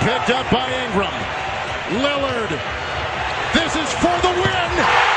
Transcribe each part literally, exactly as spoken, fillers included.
picked up by Ingram. Lillard. This is for the win.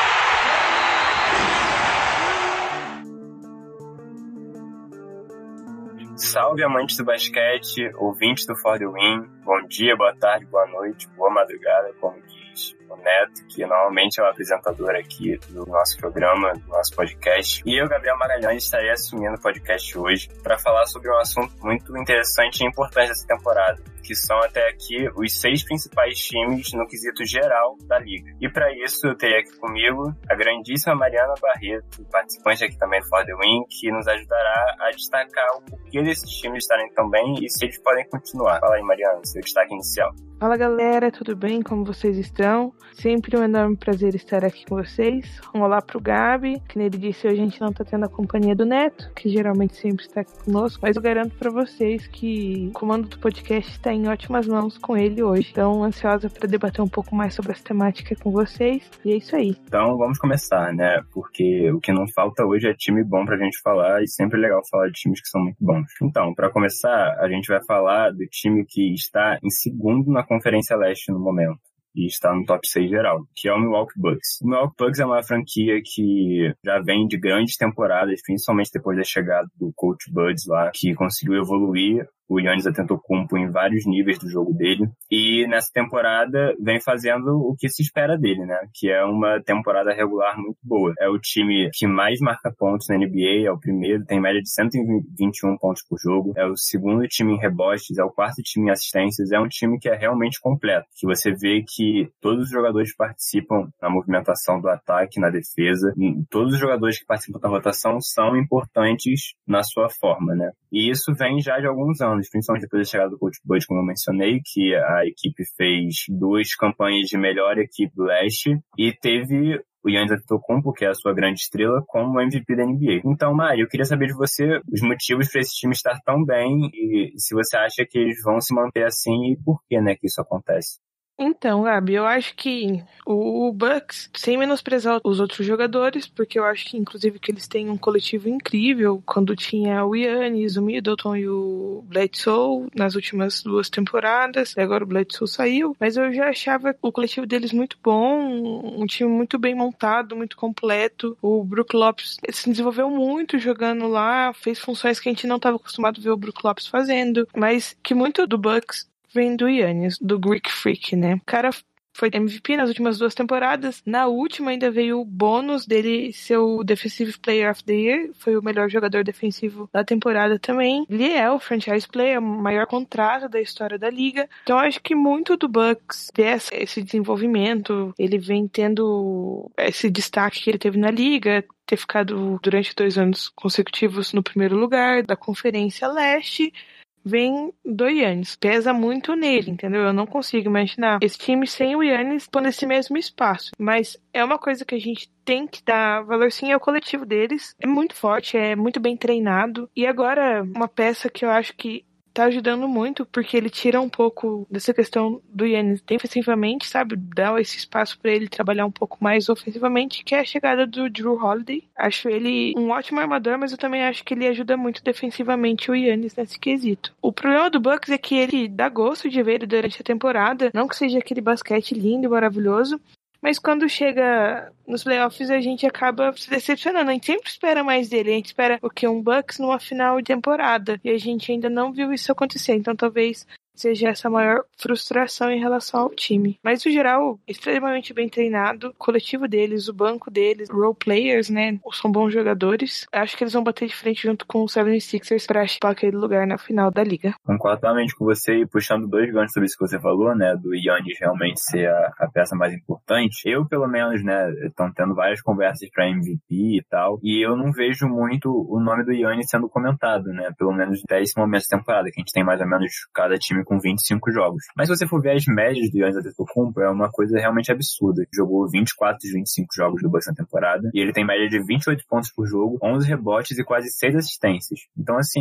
Salve, amantes do basquete, ouvintes do For The Win. Bom dia, boa tarde, boa noite, boa madrugada, como diz o Neto, que normalmente é o apresentador aqui do nosso programa, do nosso podcast. E eu, Gabriel Magalhães, estarei assumindo o podcast hoje para falar sobre um assunto muito interessante e importante dessa temporada, que são até aqui os seis principais times no quesito geral da liga. E para isso eu tenho aqui comigo a grandíssima Mariana Barreto, participante aqui também do For The Win, que nos ajudará a destacar o porquê desses times estarem tão bem e se eles podem continuar. Fala aí, Mariana, seu destaque inicial. Fala, galera, tudo bem? Como vocês estão? Sempre um enorme prazer estar aqui com vocês. Um olá pro Gabi, que ele disse hoje a gente não tá tendo a companhia do Neto, que geralmente sempre está aqui conosco, mas eu garanto pra vocês que o comando do podcast está em ótimas mãos com ele hoje. Então, ansiosa para debater um pouco mais sobre essa temática com vocês, e é isso aí. Então, vamos começar, né? Porque o que não falta hoje é time bom pra gente falar, e sempre é legal falar de times que são muito bons. Então, pra começar, a gente vai falar do time que está em segundo na Conferência Leste no momento, e está no top seis geral, que é o Milwaukee Bucks. O Milwaukee Bucks é uma franquia que já vem de grandes temporadas, principalmente depois da chegada do Coach Buds lá, que conseguiu evoluir o Giannis Antetokounmpo em vários níveis do jogo dele, e nessa temporada vem fazendo o que se espera dele, né, que é uma temporada regular muito boa. É o time que mais marca pontos na N B A, é o primeiro, tem média de cento e vinte e um pontos por jogo, é o segundo time em rebotes, é o quarto time em assistências, é um time que é realmente completo, que você vê que todos os jogadores participam na movimentação do ataque, na defesa, todos os jogadores que participam da rotação são importantes na sua forma, né, e isso vem já de alguns anos, principalmente depois da chegada do Coach Bud, como eu mencionei, que a equipe fez duas campanhas de melhor equipe do leste e teve o Giannis Antetokounmpo, que é a sua grande estrela, como M V P da N B A. Então, Mari, eu queria saber de você os motivos para esse time estar tão bem e se você acha que eles vão se manter assim e por que, né, que isso acontece. Então, Gabi, eu acho que o Bucks, sem menosprezar os outros jogadores, porque eu acho que, inclusive, que eles têm um coletivo incrível, quando tinha o Giannis, o Middleton e o Bledsoe nas últimas duas temporadas, e agora o Bledsoe saiu, mas eu já achava o coletivo deles muito bom, um time muito bem montado, muito completo. O Brook Lopes se desenvolveu muito jogando lá, fez funções que a gente não estava acostumado a ver o Brook Lopes fazendo, mas que muito do Bucks vem do Giannis, do Greek Freak, né? O cara foi M V P nas últimas duas temporadas. Na última ainda veio o bônus dele ser o Defensive Player of the Year. Foi o melhor jogador defensivo da temporada também. Ele é o franchise player, o maior contrato da história da liga. Então acho que muito do Bucks ter esse desenvolvimento, ele vem tendo esse destaque que ele teve na liga, ter ficado durante dois anos consecutivos no primeiro lugar da Conferência Leste, vem do Giannis. Pesa muito nele, entendeu? Eu não consigo imaginar esse time sem o Giannis nesse mesmo espaço. Mas é uma coisa que a gente tem que dar valor sim ao coletivo deles. É muito forte, é muito bem treinado. E agora, uma peça que eu acho que tá ajudando muito, porque ele tira um pouco dessa questão do Giannis defensivamente, sabe? Dá esse espaço pra ele trabalhar um pouco mais ofensivamente, que é a chegada do Jrue Holiday. Acho ele um ótimo armador, mas eu também acho que ele ajuda muito defensivamente o Giannis nesse quesito. O problema do Bucks é que ele dá gosto de ver ele durante a temporada, não que seja aquele basquete lindo e maravilhoso, mas quando chega nos playoffs a gente acaba se decepcionando. A gente sempre espera mais dele. A gente espera o que? Um Bucks numa final de temporada. E a gente ainda não viu isso acontecer. Então talvez seja essa maior frustração em relação ao time. Mas, no geral, extremamente bem treinado. O coletivo deles, o banco deles, role players, né? São bons jogadores. Acho que eles vão bater de frente junto com os setenta e seis ers para achar aquele lugar na final da liga. Concordo totalmente com você e puxando dois ganchos sobre isso que você falou, né? Do Giannis realmente ser a, a peça mais importante. Eu, pelo menos, né? Estão tendo várias conversas para M V P e tal. E eu não vejo muito o nome do Giannis sendo comentado, né? Pelo menos até esse momento da temporada, que a gente tem mais ou menos cada time com vinte e cinco jogos. Mas se você for ver as médias do Giannis Antetokounmpo, é uma coisa realmente absurda. Ele jogou vinte e quatro dos vinte e cinco jogos do Bucks na temporada, e ele tem média de vinte e oito pontos por jogo, onze rebotes e quase seis assistências. Então, assim,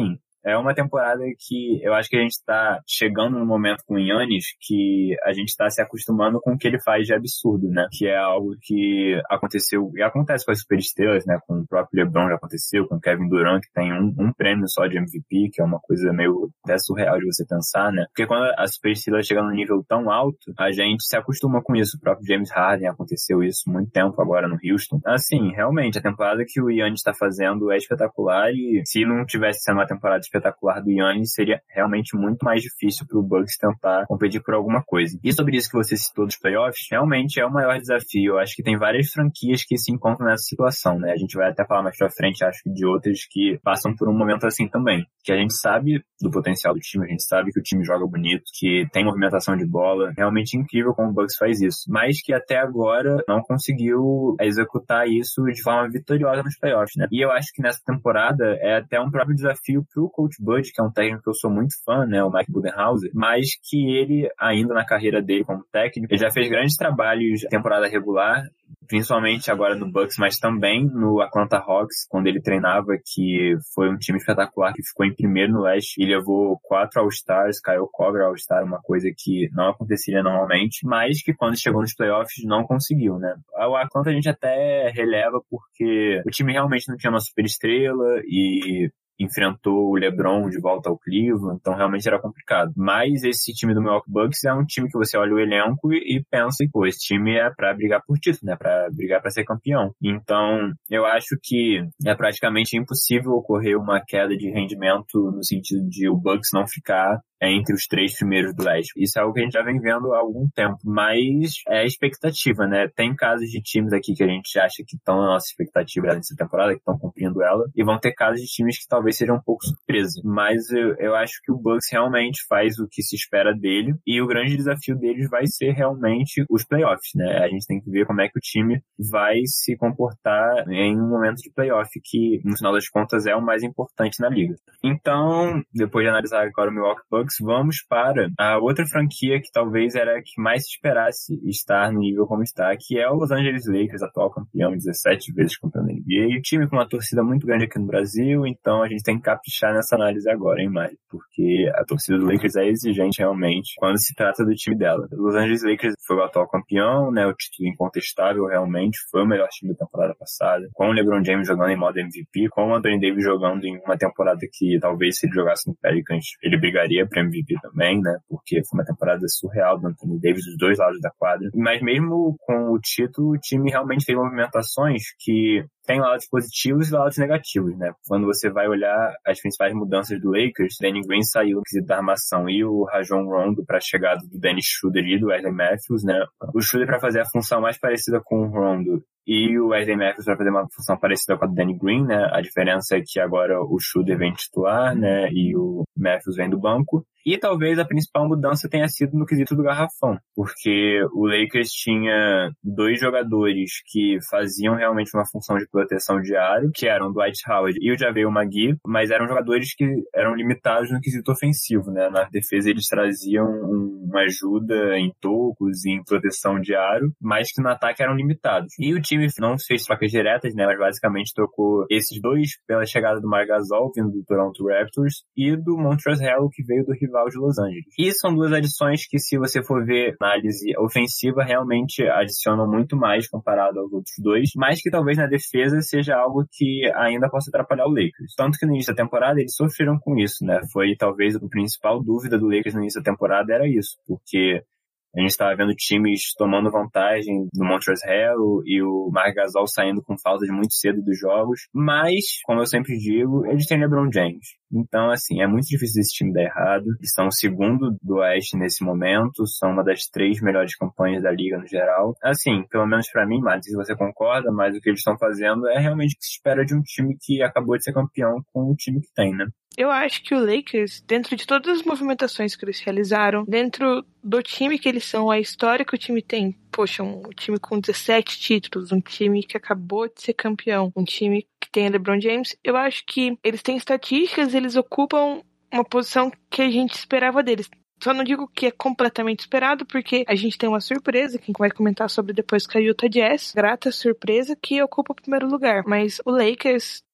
É uma temporada que eu acho que a gente tá chegando no momento com o Giannis que a gente tá se acostumando com o que ele faz de absurdo, né? Que é algo que aconteceu e acontece com as superestrelas, né? Com o próprio LeBron já aconteceu, com o Kevin Durant, que tem um, um prêmio só de M V P, que é uma coisa meio até surreal de você pensar, né? Porque quando a superestrela chega num nível tão alto, a gente se acostuma com isso. O próprio James Harden aconteceu isso muito tempo agora no Houston. Assim, realmente, a temporada que o Giannis tá fazendo é espetacular e se não tivesse sendo uma temporada espetacular do Giannis, seria realmente muito mais difícil pro Bucks tentar competir por alguma coisa. E sobre isso que você citou dos playoffs, realmente é o maior desafio. Eu acho que tem várias franquias que se encontram nessa situação, né? A gente vai até falar mais pra frente, acho que de outras que passam por um momento assim também. Que a gente sabe do potencial do time, a gente sabe que o time joga bonito, que tem movimentação de bola. Realmente incrível como o Bucks faz isso. Mas que até agora não conseguiu executar isso de forma vitoriosa nos playoffs, né? E eu acho que nessa temporada é até um próprio desafio pro Coach Bud, que é um técnico que eu sou muito fã, né? O Mike Budenholzer, mas que ele, ainda na carreira dele como técnico, ele já fez grandes trabalhos na temporada regular, principalmente agora no Bucks, mas também no Atlanta Hawks, quando ele treinava, que foi um time espetacular, que ficou em primeiro no leste e levou quatro All-Stars, Kyle Korver All-Star, uma coisa que não aconteceria normalmente, mas que quando chegou nos playoffs não conseguiu, né? O Atlanta a gente até releva porque o time realmente não tinha uma superestrela e enfrentou o LeBron de volta ao Cleveland, então realmente era complicado. Mas esse time do Milwaukee Bucks é um time que você olha o elenco e, e pensa, pô, esse time é pra brigar por título, né? Pra brigar pra ser campeão. Então, eu acho que é praticamente impossível ocorrer uma queda de rendimento no sentido de o Bucks não ficar entre os três primeiros do leste. Isso é algo que a gente já vem vendo há algum tempo, mas é a expectativa, né? Tem casos de times aqui que a gente acha que estão na nossa expectativa nessa temporada, que estão cumprindo ela, e vão ter casos de times que talvez sejam um pouco surpresa. Mas eu, eu acho que o Bucks realmente faz o que se espera dele, e o grande desafio deles vai ser realmente os playoffs, né? A gente tem que ver como é que o time vai se comportar em um momento de playoff, que no final das contas é o mais importante na liga. Então, depois de analisar agora o Milwaukee Bucks, vamos para a outra franquia que talvez era a que mais se esperasse estar no nível como está, que é o Los Angeles Lakers, atual campeão, dezessete vezes campeão da N B A. Time com uma torcida muito grande aqui no Brasil, então a gente tem que caprichar nessa análise agora, hein, Mário? Porque a torcida do Lakers é exigente realmente quando se trata do time dela. O Los Angeles Lakers foi o atual campeão, né? O título incontestável realmente, foi o melhor time da temporada passada, com o LeBron James jogando em modo M V P, com o Anthony Davis jogando em uma temporada que talvez se ele jogasse no Pelicans, ele brigaria para M V P também, né? Porque foi uma temporada surreal do Anthony Davis dos dois lados da quadra. Mas mesmo com o título, o time realmente fez movimentações que tem lados positivos e lados negativos, né? Quando você vai olhar as principais mudanças do Lakers, Danny Green saiu no quesito da armação e o Rajon Rondo para a chegada do Dennis Schroeder e do Wesley Matthews, né? O Schroeder para fazer a função mais parecida com o Rondo e o Wesley Matthews para fazer uma função parecida com a do Danny Green, né? A diferença é que agora o Schroeder vem titular, né? E o Matthews vem do banco. E talvez a principal mudança tenha sido no quesito do garrafão, porque o Lakers tinha dois jogadores que faziam realmente uma função de proteção de aro, que eram o Dwight Howard e o JaVale McGee, mas eram jogadores que eram limitados no quesito ofensivo, né? Na defesa eles traziam uma ajuda em tocos e em proteção de aro, mas que no ataque eram limitados. E o time não fez trocas diretas, né? Mas basicamente trocou esses dois pela chegada do Marc Gasol, vindo do Toronto Raptors, e do Montrezl Harrell, que veio do rival de Los Angeles. E são duas adições que, se você for ver análise ofensiva, realmente adicionam muito mais comparado aos outros dois, mas que talvez na defesa seja algo que ainda possa atrapalhar o Lakers. Tanto que no início da temporada eles sofreram com isso, né? Foi talvez a principal dúvida do Lakers no início da temporada era isso, porque a gente estava vendo times tomando vantagem do Montrezl Harrell e o Marc Gasol saindo com falta de muito cedo dos jogos. Mas, como eu sempre digo, eles têm LeBron James. Então, assim, é muito difícil esse time dar errado. Eles são o segundo do Oeste nesse momento. São uma das três melhores campanhas da liga no geral. Assim, pelo menos pra mim, Mari, se você concorda, mas o que eles estão fazendo é realmente o que se espera de um time que acabou de ser campeão com o time que tem, né? Eu acho que o Lakers, dentro de todas as movimentações que eles realizaram, dentro do time que eles são, a história que o time tem, poxa, um time com dezessete títulos, um time que acabou de ser campeão, um time que tem LeBron James, eu acho que eles têm estatísticas, eles ocupam uma posição que a gente esperava deles. Só não digo que é completamente esperado, porque a gente tem uma surpresa, que a gente vai comentar sobre depois, com a Utah Jazz, grata surpresa, que ocupa o primeiro lugar. Mas o Lakers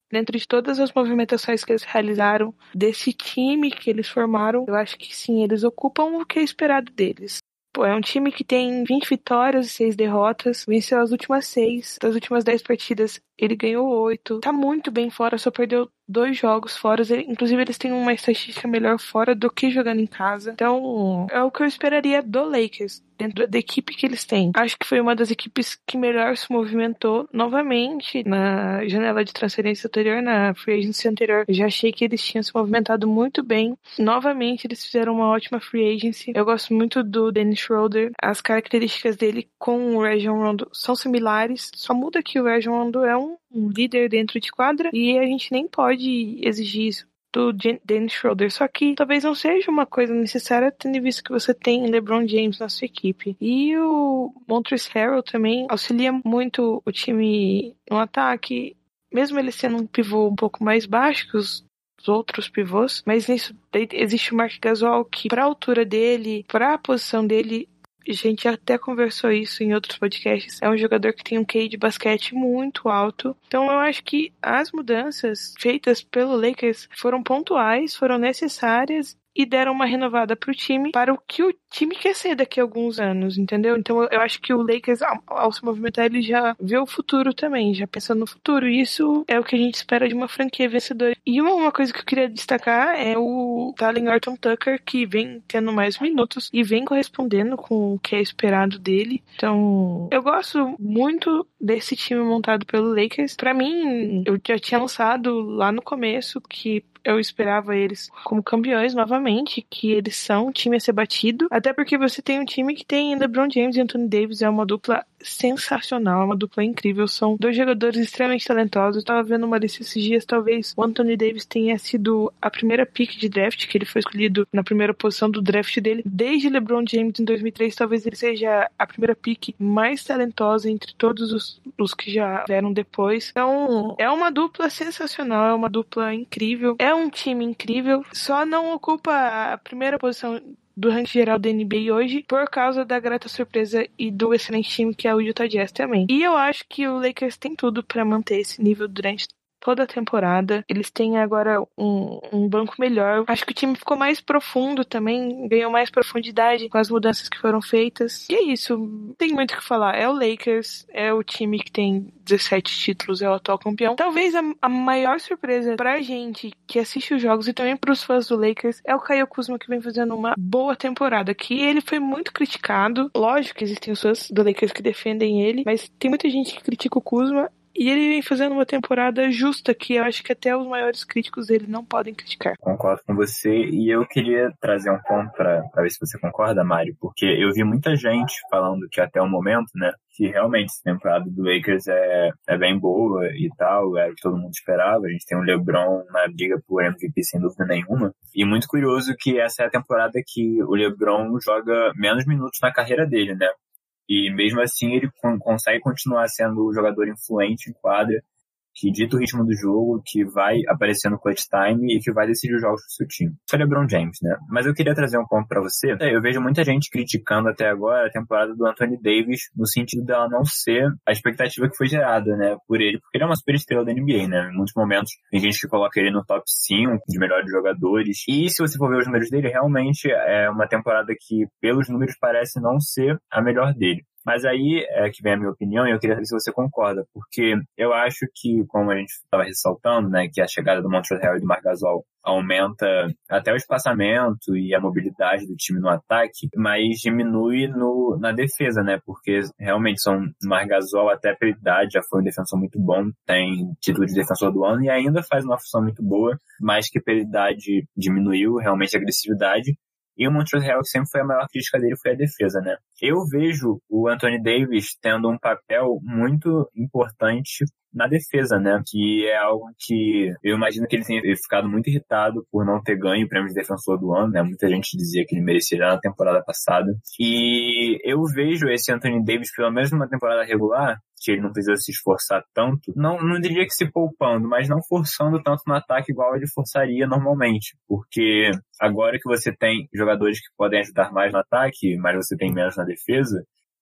dentro de todas as movimentações que eles realizaram, desse time que eles formaram, eu acho que sim, eles ocupam o que é esperado deles. Pô, é um time que tem vinte vitórias e seis derrotas, venceu as últimas seis, das últimas dez partidas ele ganhou oito, tá muito bem fora, só perdeu dois jogos fora, inclusive eles têm uma estatística melhor fora do que jogando em casa, então é o que eu esperaria do Lakers, dentro da equipe que eles têm. Acho que foi uma das equipes que melhor se movimentou novamente na janela de transferência anterior, na free agency anterior. Eu já achei que eles tinham se movimentado muito bem. Novamente, eles fizeram uma ótima free agency. Eu gosto muito do Dennis Schroeder. As características dele com o Rajon Rondo são similares. Só muda que o Rajon Rondo é um, um líder dentro de quadra e a gente nem pode exigir isso do Dennis Schroeder, só que talvez não seja uma coisa necessária, tendo em vista que você tem LeBron James na sua equipe. E o Montrezl Harrell também auxilia muito o time no ataque, mesmo ele sendo um pivô um pouco mais baixo que os outros pivôs, mas nisso existe o Marc Gasol, que para a altura dele, para a posição dele, a gente até conversou isso em outros podcasts, é um jogador que tem um Q I de basquete muito alto. Então eu acho que as mudanças feitas pelo Lakers foram pontuais, foram necessárias e deram uma renovada pro time, para o que o time quer ser daqui a alguns anos, entendeu? Então eu acho que o Lakers, ao, ao se movimentar, ele já vê o futuro também, já pensando no futuro. E isso é o que a gente espera de uma franquia vencedora. E uma, uma coisa que eu queria destacar é o Talen Horton-Tucker, que vem tendo mais minutos e vem correspondendo com o que é esperado dele. Então, eu gosto muito desse time montado pelo Lakers. Pra mim, eu já tinha lançado lá no começo que eu esperava eles como campeões novamente, que eles são um time a ser batido, até porque você tem um time que tem LeBron James e Anthony Davis, é uma dupla sensacional, é uma dupla incrível, são dois jogadores extremamente talentosos. Eu tava vendo uma lista esses dias, talvez o Anthony Davis tenha sido a primeira pick de draft, que ele foi escolhido na primeira posição do draft dele, desde LeBron James em dois mil e três, talvez ele seja a primeira pick mais talentosa entre todos os, os que já vieram depois. Então, é uma dupla sensacional, é uma dupla incrível, é um time incrível, só não ocupa a primeira posição do ranking geral da N B A hoje por causa da grata surpresa e do excelente time que é o Utah Jazz também. E eu acho que o Lakers tem tudo para manter esse nível durante toda a temporada. Eles têm agora um, um banco melhor. Acho que o time ficou mais profundo também, ganhou mais profundidade com as mudanças que foram feitas. E é isso, não tem muito o que falar. É o Lakers, é o time que tem dezessete títulos, é o atual campeão. Talvez a, a maior surpresa pra gente que assiste os jogos e também pros fãs do Lakers é o Kyle Kuzma, que vem fazendo uma boa temporada, que ele foi muito criticado. Lógico que existem os fãs do Lakers que defendem ele, mas tem muita gente que critica o Kuzma. E ele vem fazendo uma temporada justa, que eu acho que até os maiores críticos dele não podem criticar. Concordo com você, e eu queria trazer um ponto para ver se você concorda, Mário, porque eu vi muita gente falando que até o momento, né, que realmente essa temporada do Lakers é, é bem boa e tal, era o que todo mundo esperava. A gente tem o LeBron na briga por M V P sem dúvida nenhuma, e muito curioso que essa é a temporada que o LeBron joga menos minutos na carreira dele, né? E mesmo assim ele consegue continuar sendo o jogador influente em quadra, que dita o ritmo do jogo, que vai aparecer no clutch time e que vai decidir os jogos pro seu time. Isso é LeBron James, né? Mas eu queria trazer um ponto pra você. Eu vejo muita gente criticando até agora a temporada do Anthony Davis, no sentido dela não ser a expectativa que foi gerada, né, por ele, porque ele é uma super estrela da N B A, né? Em muitos momentos tem gente que coloca ele no top cinco de melhores jogadores. E se você for ver os números dele, realmente é uma temporada que, pelos números, parece não ser a melhor dele. Mas aí é que vem a minha opinião, e eu queria saber se você concorda, porque eu acho que, como a gente estava ressaltando, né, que a chegada do Montrezl Harrell e do Marc Gasol aumenta até o espaçamento e a mobilidade do time no ataque, mas diminui no, na defesa, né, porque realmente são Marc Gasol até pela idade, já foi um defensor muito bom, tem título de defensor do ano e ainda faz uma função muito boa, mas que pela idade diminuiu realmente a agressividade. E o Montrezl Harrell, que sempre foi a maior crítica dele, foi a defesa, né? Eu vejo o Anthony Davis tendo um papel muito importante na defesa, né? Que é algo que eu imagino que ele tenha ficado muito irritado por não ter ganho o prêmio de defensor do ano, né? Muita gente dizia que ele merecia na temporada passada. E eu vejo esse Anthony Davis, pelo menos numa temporada regular, que ele não precisa se esforçar tanto, não, não diria que se poupando, mas não forçando tanto no ataque igual ele forçaria normalmente, porque agora que você tem jogadores que podem ajudar mais no ataque, mas você tem menos na defesa,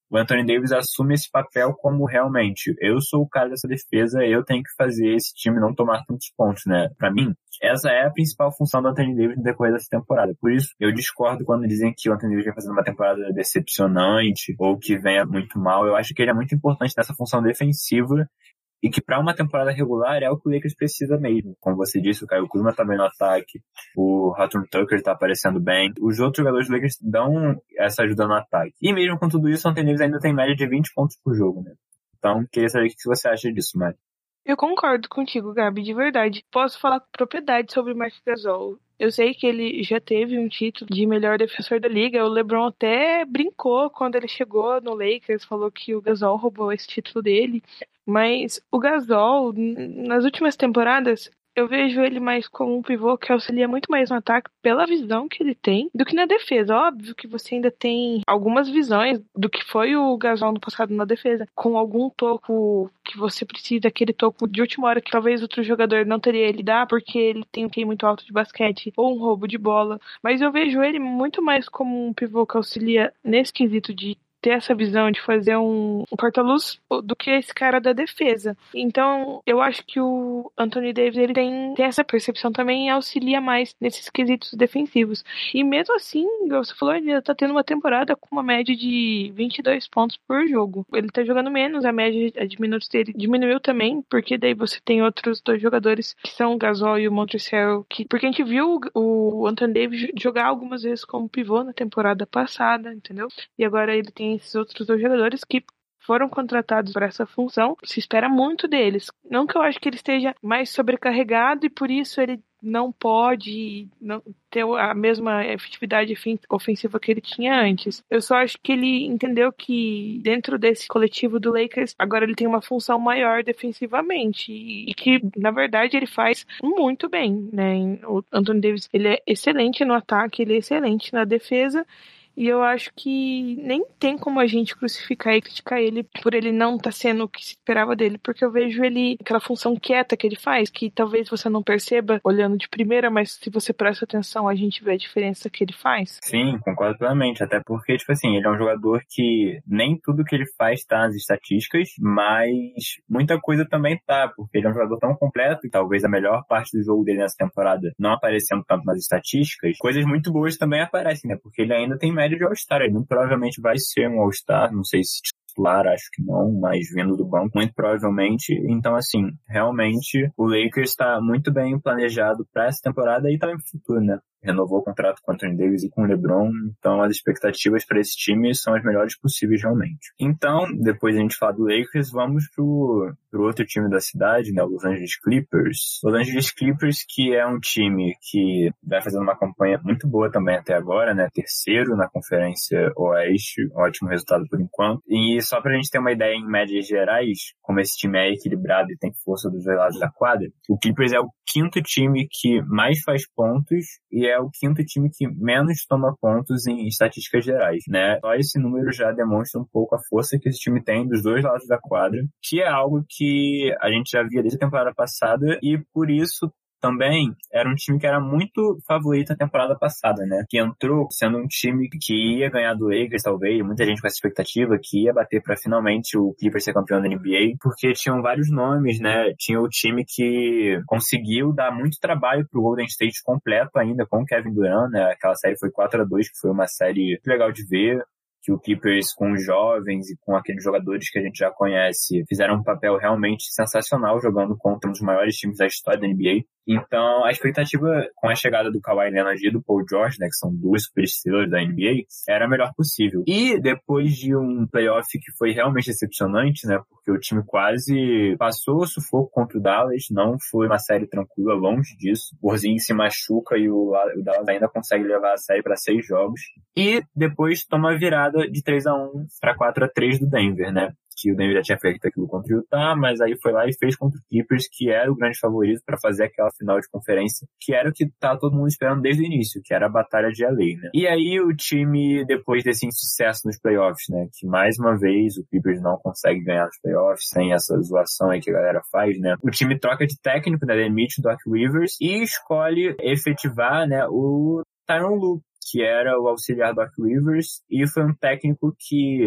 o Anthony Davis assume esse papel como realmente, eu sou o cara dessa defesa, eu tenho que fazer esse time não tomar tantos pontos, né? Pra mim, essa é a principal função do Anthony Davis no decorrer dessa temporada. Por isso, eu discordo quando dizem que o Anthony Davis vem fazendo uma temporada decepcionante ou que venha muito mal. Eu acho que ele é muito importante nessa função defensiva e que para uma temporada regular é o que o Lakers precisa mesmo. Como você disse, o Kyle Kuzma tá bem no ataque, o Horton Tucker tá aparecendo bem, os outros jogadores do Lakers dão essa ajuda no ataque. E mesmo com tudo isso, o Anthony Davis ainda tem média de vinte pontos por jogo, né? Então, queria saber o que você acha disso, Mari. Eu concordo contigo, Gabi, de verdade. Posso falar com propriedade sobre o Marc Gasol. Eu sei que ele já teve um título de melhor defensor da liga. O LeBron até brincou quando ele chegou no Lakers, falou que o Gasol roubou esse título dele. Mas o Gasol, nas últimas temporadas, eu vejo ele mais como um pivô que auxilia muito mais no ataque pela visão que ele tem do que na defesa. Óbvio que você ainda tem algumas visões do que foi o Gasol no passado na defesa, com algum toco que você precisa, aquele toco de última hora que talvez outro jogador não teria ele dar porque ele tem um Q I muito alto de basquete ou um roubo de bola. Mas eu vejo ele muito mais como um pivô que auxilia nesse quesito de ter essa visão de fazer um, um corta-luz do que esse cara da defesa. Então, eu acho que o Anthony Davis, ele tem, tem essa percepção também e auxilia mais nesses quesitos defensivos. E mesmo assim, você falou, ele tá tendo uma temporada com uma média de vinte e dois pontos por jogo. Ele tá jogando menos, a média de minutos dele diminuiu também, porque daí você tem outros dois jogadores que são o Gasol e o Montrezl, que, porque a gente viu o Anthony Davis jogar algumas vezes como pivô na temporada passada, entendeu? E agora ele tem esses outros dois jogadores que foram contratados para essa função. Se espera muito deles. Não que eu acho que ele esteja mais sobrecarregado e por isso ele não pode não ter a mesma efetividade ofensiva que ele tinha antes. Eu só acho que ele entendeu que dentro desse coletivo do Lakers, agora ele tem uma função maior defensivamente e que, na verdade, ele faz muito bem, né? O Anthony Davis, ele é excelente no ataque, ele é excelente na defesa. E eu acho que nem tem como a gente crucificar e criticar ele por ele não estar tá sendo o que se esperava dele, porque eu vejo ele, aquela função quieta que ele faz, que talvez você não perceba olhando de primeira, mas se você presta atenção, a gente vê a diferença que ele faz. Sim, concordo plenamente, até porque, tipo assim, ele é um jogador que nem tudo que ele faz tá nas estatísticas, mas muita coisa também tá, porque ele é um jogador tão completo e talvez a melhor parte do jogo dele nessa temporada não aparecendo tanto nas estatísticas, coisas muito boas também aparecem, né, porque ele ainda tem média de All-Star, ele muito provavelmente vai ser um All-Star, não sei se titular, acho que não, mas vindo do banco, muito provavelmente. Então, assim, realmente o Lakers está muito bem planejado para essa temporada e também para o futuro, né? Renovou o contrato com o Anthony Davis e com o LeBron, então as expectativas para esse time são as melhores possíveis realmente. Então, depois a gente falar do Lakers, vamos pro, pro outro time da cidade, né, o Los Angeles Clippers. Los Angeles Clippers, que é um time que vai fazendo uma campanha muito boa também até agora, né, terceiro na Conferência Oeste, ótimo resultado por enquanto. E só pra gente ter uma ideia em médias gerais, como esse time é equilibrado e tem força dos dois lados da quadra, o Clippers é o quinto time que mais faz pontos e é o quinto time que menos toma pontos em estatísticas gerais, né? Só esse número já demonstra um pouco a força que esse time tem dos dois lados da quadra, que é algo que a gente já via desde a temporada passada e por isso também era um time que era muito favorito na temporada passada, né? Que entrou sendo um time que ia ganhar do Lakers, talvez, muita gente com essa expectativa, que ia bater pra finalmente o Clippers ser campeão da N B A, porque tinham vários nomes, né? Tinha o time que conseguiu dar muito trabalho pro Golden State completo ainda, com o Kevin Durant, né? Aquela série foi quatro a dois, que foi uma série legal de ver, que o Clippers com os jovens e com aqueles jogadores que a gente já conhece fizeram um papel realmente sensacional jogando contra um dos maiores times da história da N B A. Então, a expectativa com a chegada do Kawhi Leonard e do Paul George, né, que são duas superestrelas da N B A, era a melhor possível. E depois de um playoff que foi realmente decepcionante, né, porque o time quase passou o sufoco contra o Dallas, não foi uma série tranquila, longe disso. O Porzingis se machuca e o, o Dallas ainda consegue levar a série para seis jogos. E depois toma a virada de três a um para quatro a três do Denver, né? Que o Denver já tinha feito aquilo contra o Utah, mas aí foi lá e fez contra o Clippers, que era o grande favorito para fazer aquela final de conferência, que era o que tá todo mundo esperando desde o início, que era a batalha de L A, né? E aí o time, depois desse insucesso nos playoffs, né? Que mais uma vez o Clippers não consegue ganhar nos playoffs, sem essa zoação aí que a galera faz, né? O time troca de técnico, né? Demite o Doc Rivers e escolhe efetivar, né? O Tyronn Lue, que era o auxiliar Doc Rivers, e foi um técnico que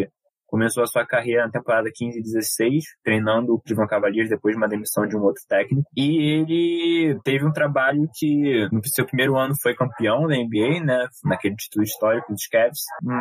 começou a sua carreira na temporada quinze e dezesseis, treinando o Cleveland Cavaliers depois de uma demissão de um outro técnico. E ele teve um trabalho que no seu primeiro ano foi campeão da N B A, né, naquele título histórico dos Cavs,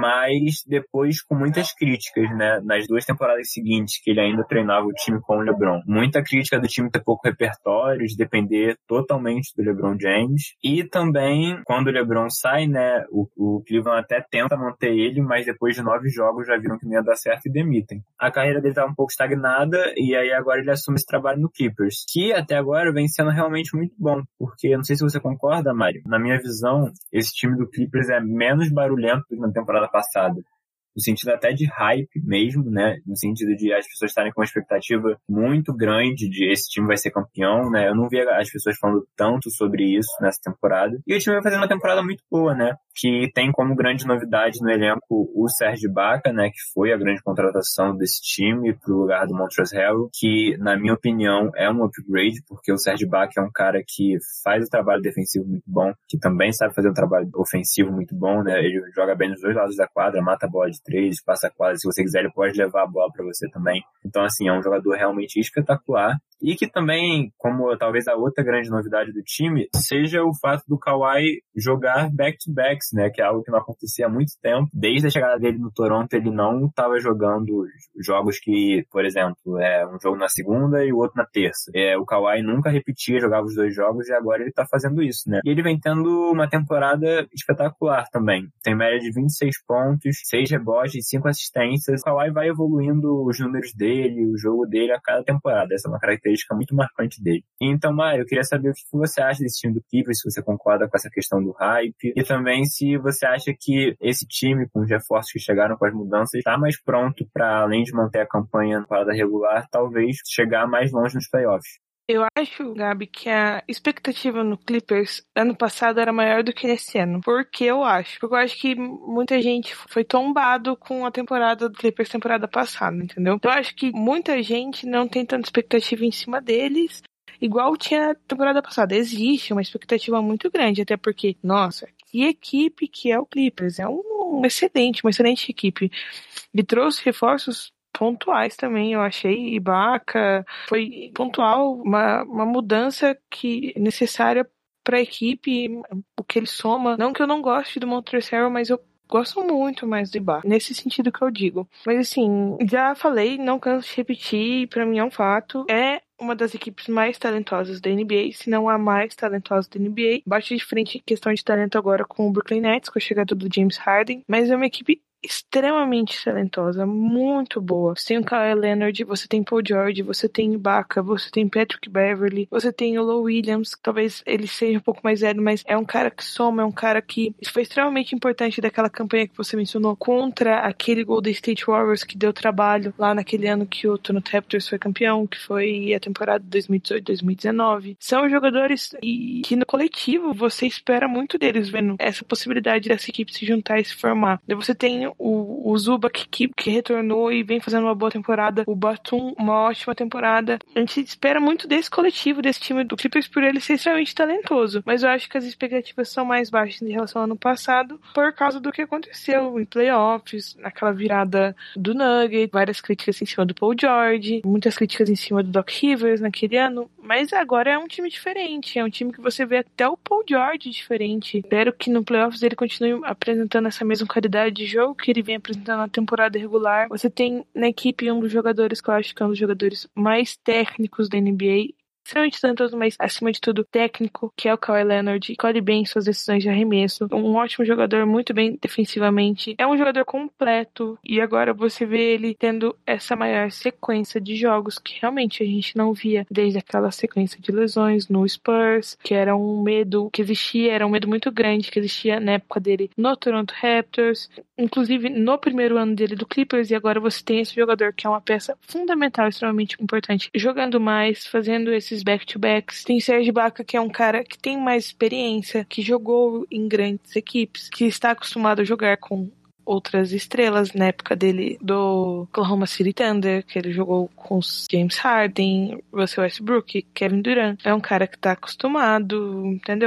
mas depois com muitas críticas, né, nas duas temporadas seguintes que ele ainda treinava o time com o LeBron. Muita crítica do time ter pouco repertório, de depender totalmente do LeBron James. E também, quando o LeBron sai, né, o, o Cleveland até tenta manter ele, mas depois de nove jogos já viram que não ia dar certo e demitem. A carreira dele estava um pouco estagnada e aí agora ele assume esse trabalho no Clippers, que até agora vem sendo realmente muito bom, porque não sei se você concorda, Mário, na minha visão, esse time do Clippers é menos barulhento do que na temporada passada. No sentido até de hype mesmo, né? No sentido de as pessoas estarem com uma expectativa muito grande de esse time vai ser campeão, né? Eu não vi as pessoas falando tanto sobre isso nessa temporada. E o time vai fazer uma temporada muito boa, né? Que tem como grande novidade no elenco o Serge Ibaka, né? Que foi a grande contratação desse time pro lugar do Montrezl Harrell, que, na minha opinião, é um upgrade, porque o Serge Ibaka é um cara que faz o trabalho defensivo muito bom, que também sabe fazer um trabalho ofensivo muito bom, né? Ele joga bem nos dois lados da quadra, mata a bola de três, passa a quadra, se você quiser ele pode levar a bola para você também. Então assim, é um jogador realmente espetacular e que também, como talvez a outra grande novidade do time, seja o fato do Kawhi jogar back-to-backs, né, que é algo que não acontecia há muito tempo. Desde a chegada dele no Toronto, ele não estava jogando jogos que, por exemplo, é um jogo na segunda e o outro na terça. É, o Kawhi nunca repetia, jogava os dois jogos e agora ele está fazendo isso, né. E ele vem tendo uma temporada espetacular também. Tem média de vinte e seis pontos, seis rebotes e cinco assistências. O Kawhi vai evoluindo os números dele, o jogo dele a cada temporada. Essa é uma característica muito marcante dele. Então, Mário, eu queria saber o que você acha desse time do Clippers, se você concorda com essa questão do hype, e também se você acha que esse time, com os reforços que chegaram com as mudanças, está mais pronto para, além de manter a campanha na parada regular, talvez chegar mais longe nos playoffs. Eu acho, Gabi, que a expectativa no Clippers ano passado era maior do que nesse ano. Por que eu acho? Porque eu acho que muita gente foi tombado com a temporada do Clippers temporada passada, entendeu? Então eu acho que muita gente não tem tanta expectativa em cima deles, igual tinha na temporada passada. Existe uma expectativa muito grande, até porque, nossa, que equipe que é o Clippers. É um excelente, uma excelente equipe. E trouxe reforços pontuais também, eu achei. Ibaka foi pontual, uma, uma mudança que necessária para a equipe, o que ele soma. Não que eu não goste do Montrezl Harrell, mas eu gosto muito mais do Ibaka, nesse sentido que eu digo. Mas assim, já falei, não canso de repetir, para mim é um fato. É uma das equipes mais talentosas da N B A, se não a mais talentosa da N B A. Bate de frente em questão de talento agora com o Brooklyn Nets, com a chegada do James Harden, mas é uma equipe extremamente talentosa, muito boa. Você tem o Kawhi Leonard, você tem Paul George, você tem Ibaka, você tem Patrick Beverley, você tem o Lou Williams, que talvez ele seja um pouco mais velho, mas é um cara que soma, é um cara que foi extremamente importante daquela campanha que você mencionou contra aquele Golden State Warriors que deu trabalho lá naquele ano que o Toronto Raptors foi campeão, que foi a temporada dois mil e dezoito, dois mil e dezenove. São jogadores e que no coletivo você espera muito deles, vendo essa possibilidade dessa equipe se juntar e se formar. Daí você tem o, o Zubac que, que retornou e vem fazendo uma boa temporada, o Batum uma ótima temporada. A gente espera muito desse coletivo, desse time do Clippers, por ele ser extremamente talentoso, mas eu acho que as expectativas são mais baixas em relação ao ano passado por causa do que aconteceu em playoffs, naquela virada do Nugget, várias críticas em cima do Paul George, muitas críticas em cima do Doc Rivers naquele ano, mas agora é um time diferente, é um time que você vê até o Paul George diferente. Espero que no playoffs ele continue apresentando essa mesma qualidade de jogo que ele vem apresentando na temporada regular. Você tem na equipe um dos jogadores que eu acho que é um dos jogadores mais técnicos da N B A, extremamente talentoso, mas acima de tudo técnico, que é o Kawhi Leonard. Escolhe bem suas decisões de arremesso, um ótimo jogador, muito bem defensivamente, é um jogador completo, e agora você vê ele tendo essa maior sequência de jogos que realmente a gente não via desde aquela sequência de lesões no Spurs, que era um medo que existia, era um medo muito grande que existia na época dele no Toronto Raptors, inclusive no primeiro ano dele do Clippers, e agora você tem esse jogador que é uma peça fundamental, extremamente importante, jogando mais, fazendo esses back-to-backs. Tem Serge Ibaka, que é um cara que tem mais experiência, que jogou em grandes equipes, que está acostumado a jogar com outras estrelas na época dele do Oklahoma City Thunder, que ele jogou com os James Harden, Russell Westbrook, Kevin Durant. É um cara que tá acostumado, entendeu?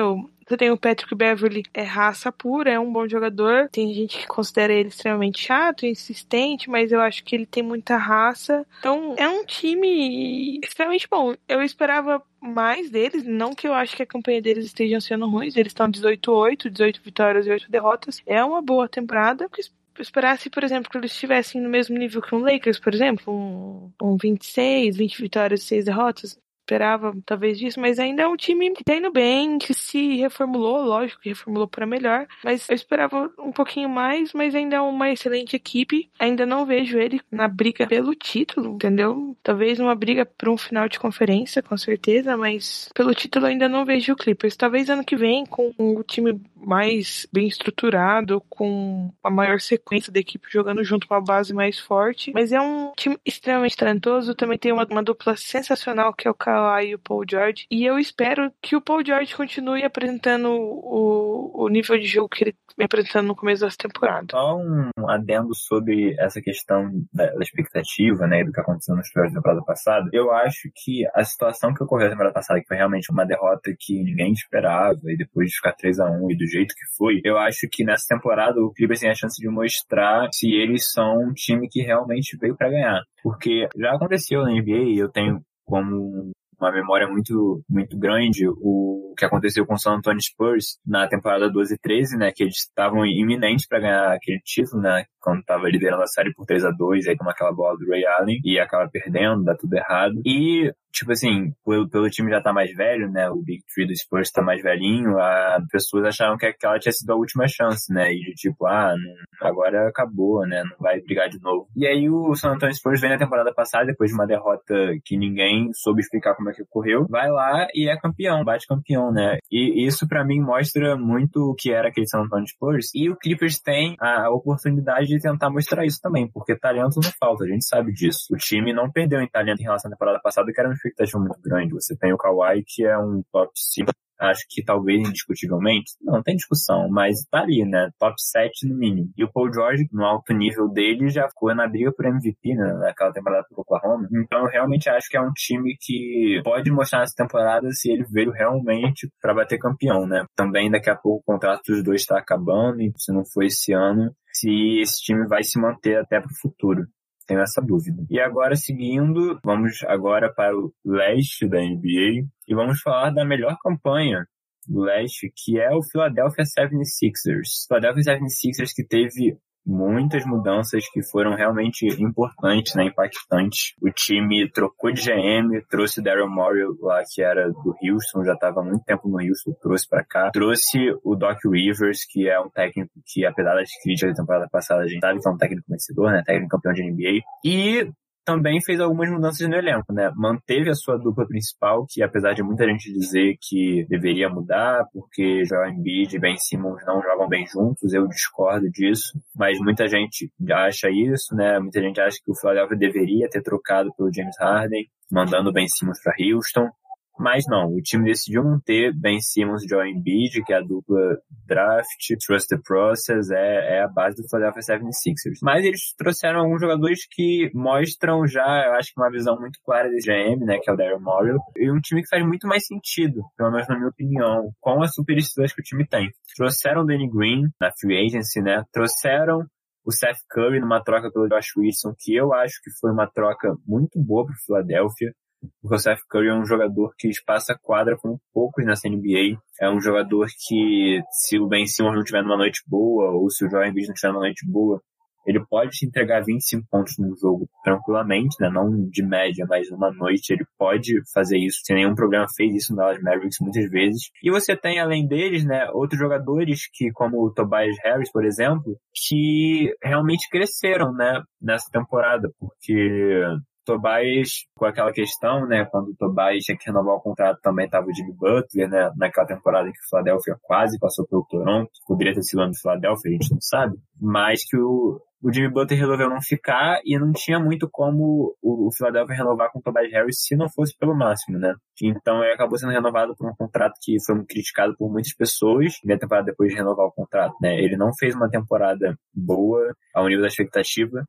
Você tem o Patrick Beverley, é raça pura, é um bom jogador. Tem gente que considera ele extremamente chato, insistente, mas eu acho que ele tem muita raça. Então, é um time extremamente bom. Eu esperava mais deles, não que eu acho que a campanha deles esteja sendo ruim, eles estão dezoito a oito, dezoito vitórias e oito derrotas. É uma boa temporada, porque esperasse, por exemplo, que eles estivessem no mesmo nível que um Lakers, por exemplo, um, um vinte e seis, vinte vitórias e seis derrotas. Esperava talvez disso, mas ainda é um time que tá indo bem, que se reformulou, lógico que reformulou para melhor, mas eu esperava um pouquinho mais, mas ainda é uma excelente equipe. Ainda não vejo ele na briga pelo título, entendeu? Talvez uma briga por um final de conferência, com certeza, mas pelo título ainda não vejo o Clippers. Talvez ano que vem, com o time mais bem estruturado, com a maior sequência da equipe jogando junto com uma base mais forte, mas é um time extremamente talentoso, também tem uma, uma dupla sensacional que é o Kawhi e o Paul George, e eu espero que o Paul George continue apresentando o, o nível de jogo que ele vem apresentando no começo dessa temporada. Só um adendo sobre essa questão da, da expectativa, né, do que aconteceu nos playoffs da temporada passada. Eu acho que a situação que ocorreu na temporada passada, que foi realmente uma derrota que ninguém esperava, e depois de ficar três a um e do jeito que foi, eu acho que nessa temporada o Clippers tem a chance de mostrar se eles são um time que realmente veio pra ganhar. Porque já aconteceu na N B A, e eu tenho como uma memória muito, muito grande o que aconteceu com o San Antonio Spurs na temporada doze e treze, né, que eles estavam iminentes para ganhar aquele título, né, quando estava liderando a série por três a dois, aí com aquela bola do Ray Allen, e acaba perdendo, dá tudo errado. E, tipo assim, pelo, pelo time já tá mais velho, né, o Big Three do Spurs tá mais velhinho, as pessoas acharam que aquela tinha sido a última chance, né, e de tipo, ah, não, agora acabou, né, não vai brigar de novo. E aí o San Antonio Spurs vem na temporada passada, depois de uma derrota que ninguém soube explicar como é que ocorreu, vai lá e é campeão, bate campeão, né, e isso pra mim mostra muito o que era aquele San Antonio Spurs, e o Clippers tem a oportunidade de tentar mostrar isso também, porque talento não falta, a gente sabe disso. O time não perdeu em talento em relação à temporada passada, que era uma expectativa muito grande. Você tem o Kawhi, que é um top cinco, acho que talvez indiscutivelmente, não tem discussão, mas tá ali, né, top sete no mínimo. E o Paul George, no alto nível dele, já ficou na briga por M V P, né, naquela temporada pro Oklahoma. Então eu realmente acho que é um time que pode mostrar nessa temporada se ele veio realmente pra bater campeão, né. Também daqui a pouco o contrato dos dois tá acabando, e se não for esse ano, se esse time vai se manter até pro futuro. Tenho essa dúvida. E agora, seguindo, vamos agora para o leste da N B A e vamos falar da melhor campanha do leste, que é o Philadelphia setenta e seis ers. Philadelphia setenta e seis ers que teve muitas mudanças que foram realmente importantes, né, impactantes. O time trocou de G M, trouxe o Daryl Morey lá, que era do Houston, já estava há muito tempo no Houston, trouxe para cá. Trouxe o Doc Rivers, que é um técnico que, apesar das críticas da temporada passada, a gente sabe que é um técnico vencedor, né, técnico campeão de N B A. E também fez algumas mudanças no elenco, né? Manteve a sua dupla principal, que apesar de muita gente dizer que deveria mudar, porque Joel Embiid e Ben Simmons não jogam bem juntos, eu discordo disso, mas muita gente acha isso, né? Muita gente acha que o Philadelphia deveria ter trocado pelo James Harden, mandando o Ben Simmons para Houston. Mas não, o time decidiu manter Ben Simmons e Joel Embiid, que é a dupla draft, trust the process, é, é a base do Philadelphia setenta e seis ers. Mas eles trouxeram alguns jogadores que mostram já, eu acho que uma visão muito clara desse G M, né, que é o Daryl Morey, e um time que faz muito mais sentido, pelo menos na minha opinião, com as superestrelas que o time tem. Trouxeram o Danny Green na free agency, né, trouxeram o Seth Curry numa troca pelo Josh Richardson, que eu acho que foi uma troca muito boa para o Philadelphia, porque o Seth Curry é um jogador que espaça a quadra com poucos nessa N B A. É um jogador que, se o Ben Simmons não tiver numa noite boa, ou se o Joel Embiid não tiver numa noite boa, ele pode te entregar vinte e cinco pontos no jogo tranquilamente, né? Não de média, mas numa noite ele pode fazer isso sem nenhum problema. Fez isso no Dallas Mavericks muitas vezes. E você tem, além deles, né, outros jogadores que, como o Tobias Harris, por exemplo, que realmente cresceram, né, nessa temporada, porque Tobias, com aquela questão, né, quando o Tobias tinha que renovar o contrato, também estava o Jimmy Butler, né, naquela temporada que o Philadelphia quase passou pelo Toronto, poderia ter sido ano do Philadelphia, a gente não sabe, mas que o, o Jimmy Butler resolveu não ficar e não tinha muito como o, o Philadelphia renovar com o Tobias Harris se não fosse pelo máximo, né. Então ele acabou sendo renovado por um contrato que foi criticado por muitas pessoas, meia temporada depois de renovar o contrato, né. Ele não fez uma temporada boa ao nível da expectativa,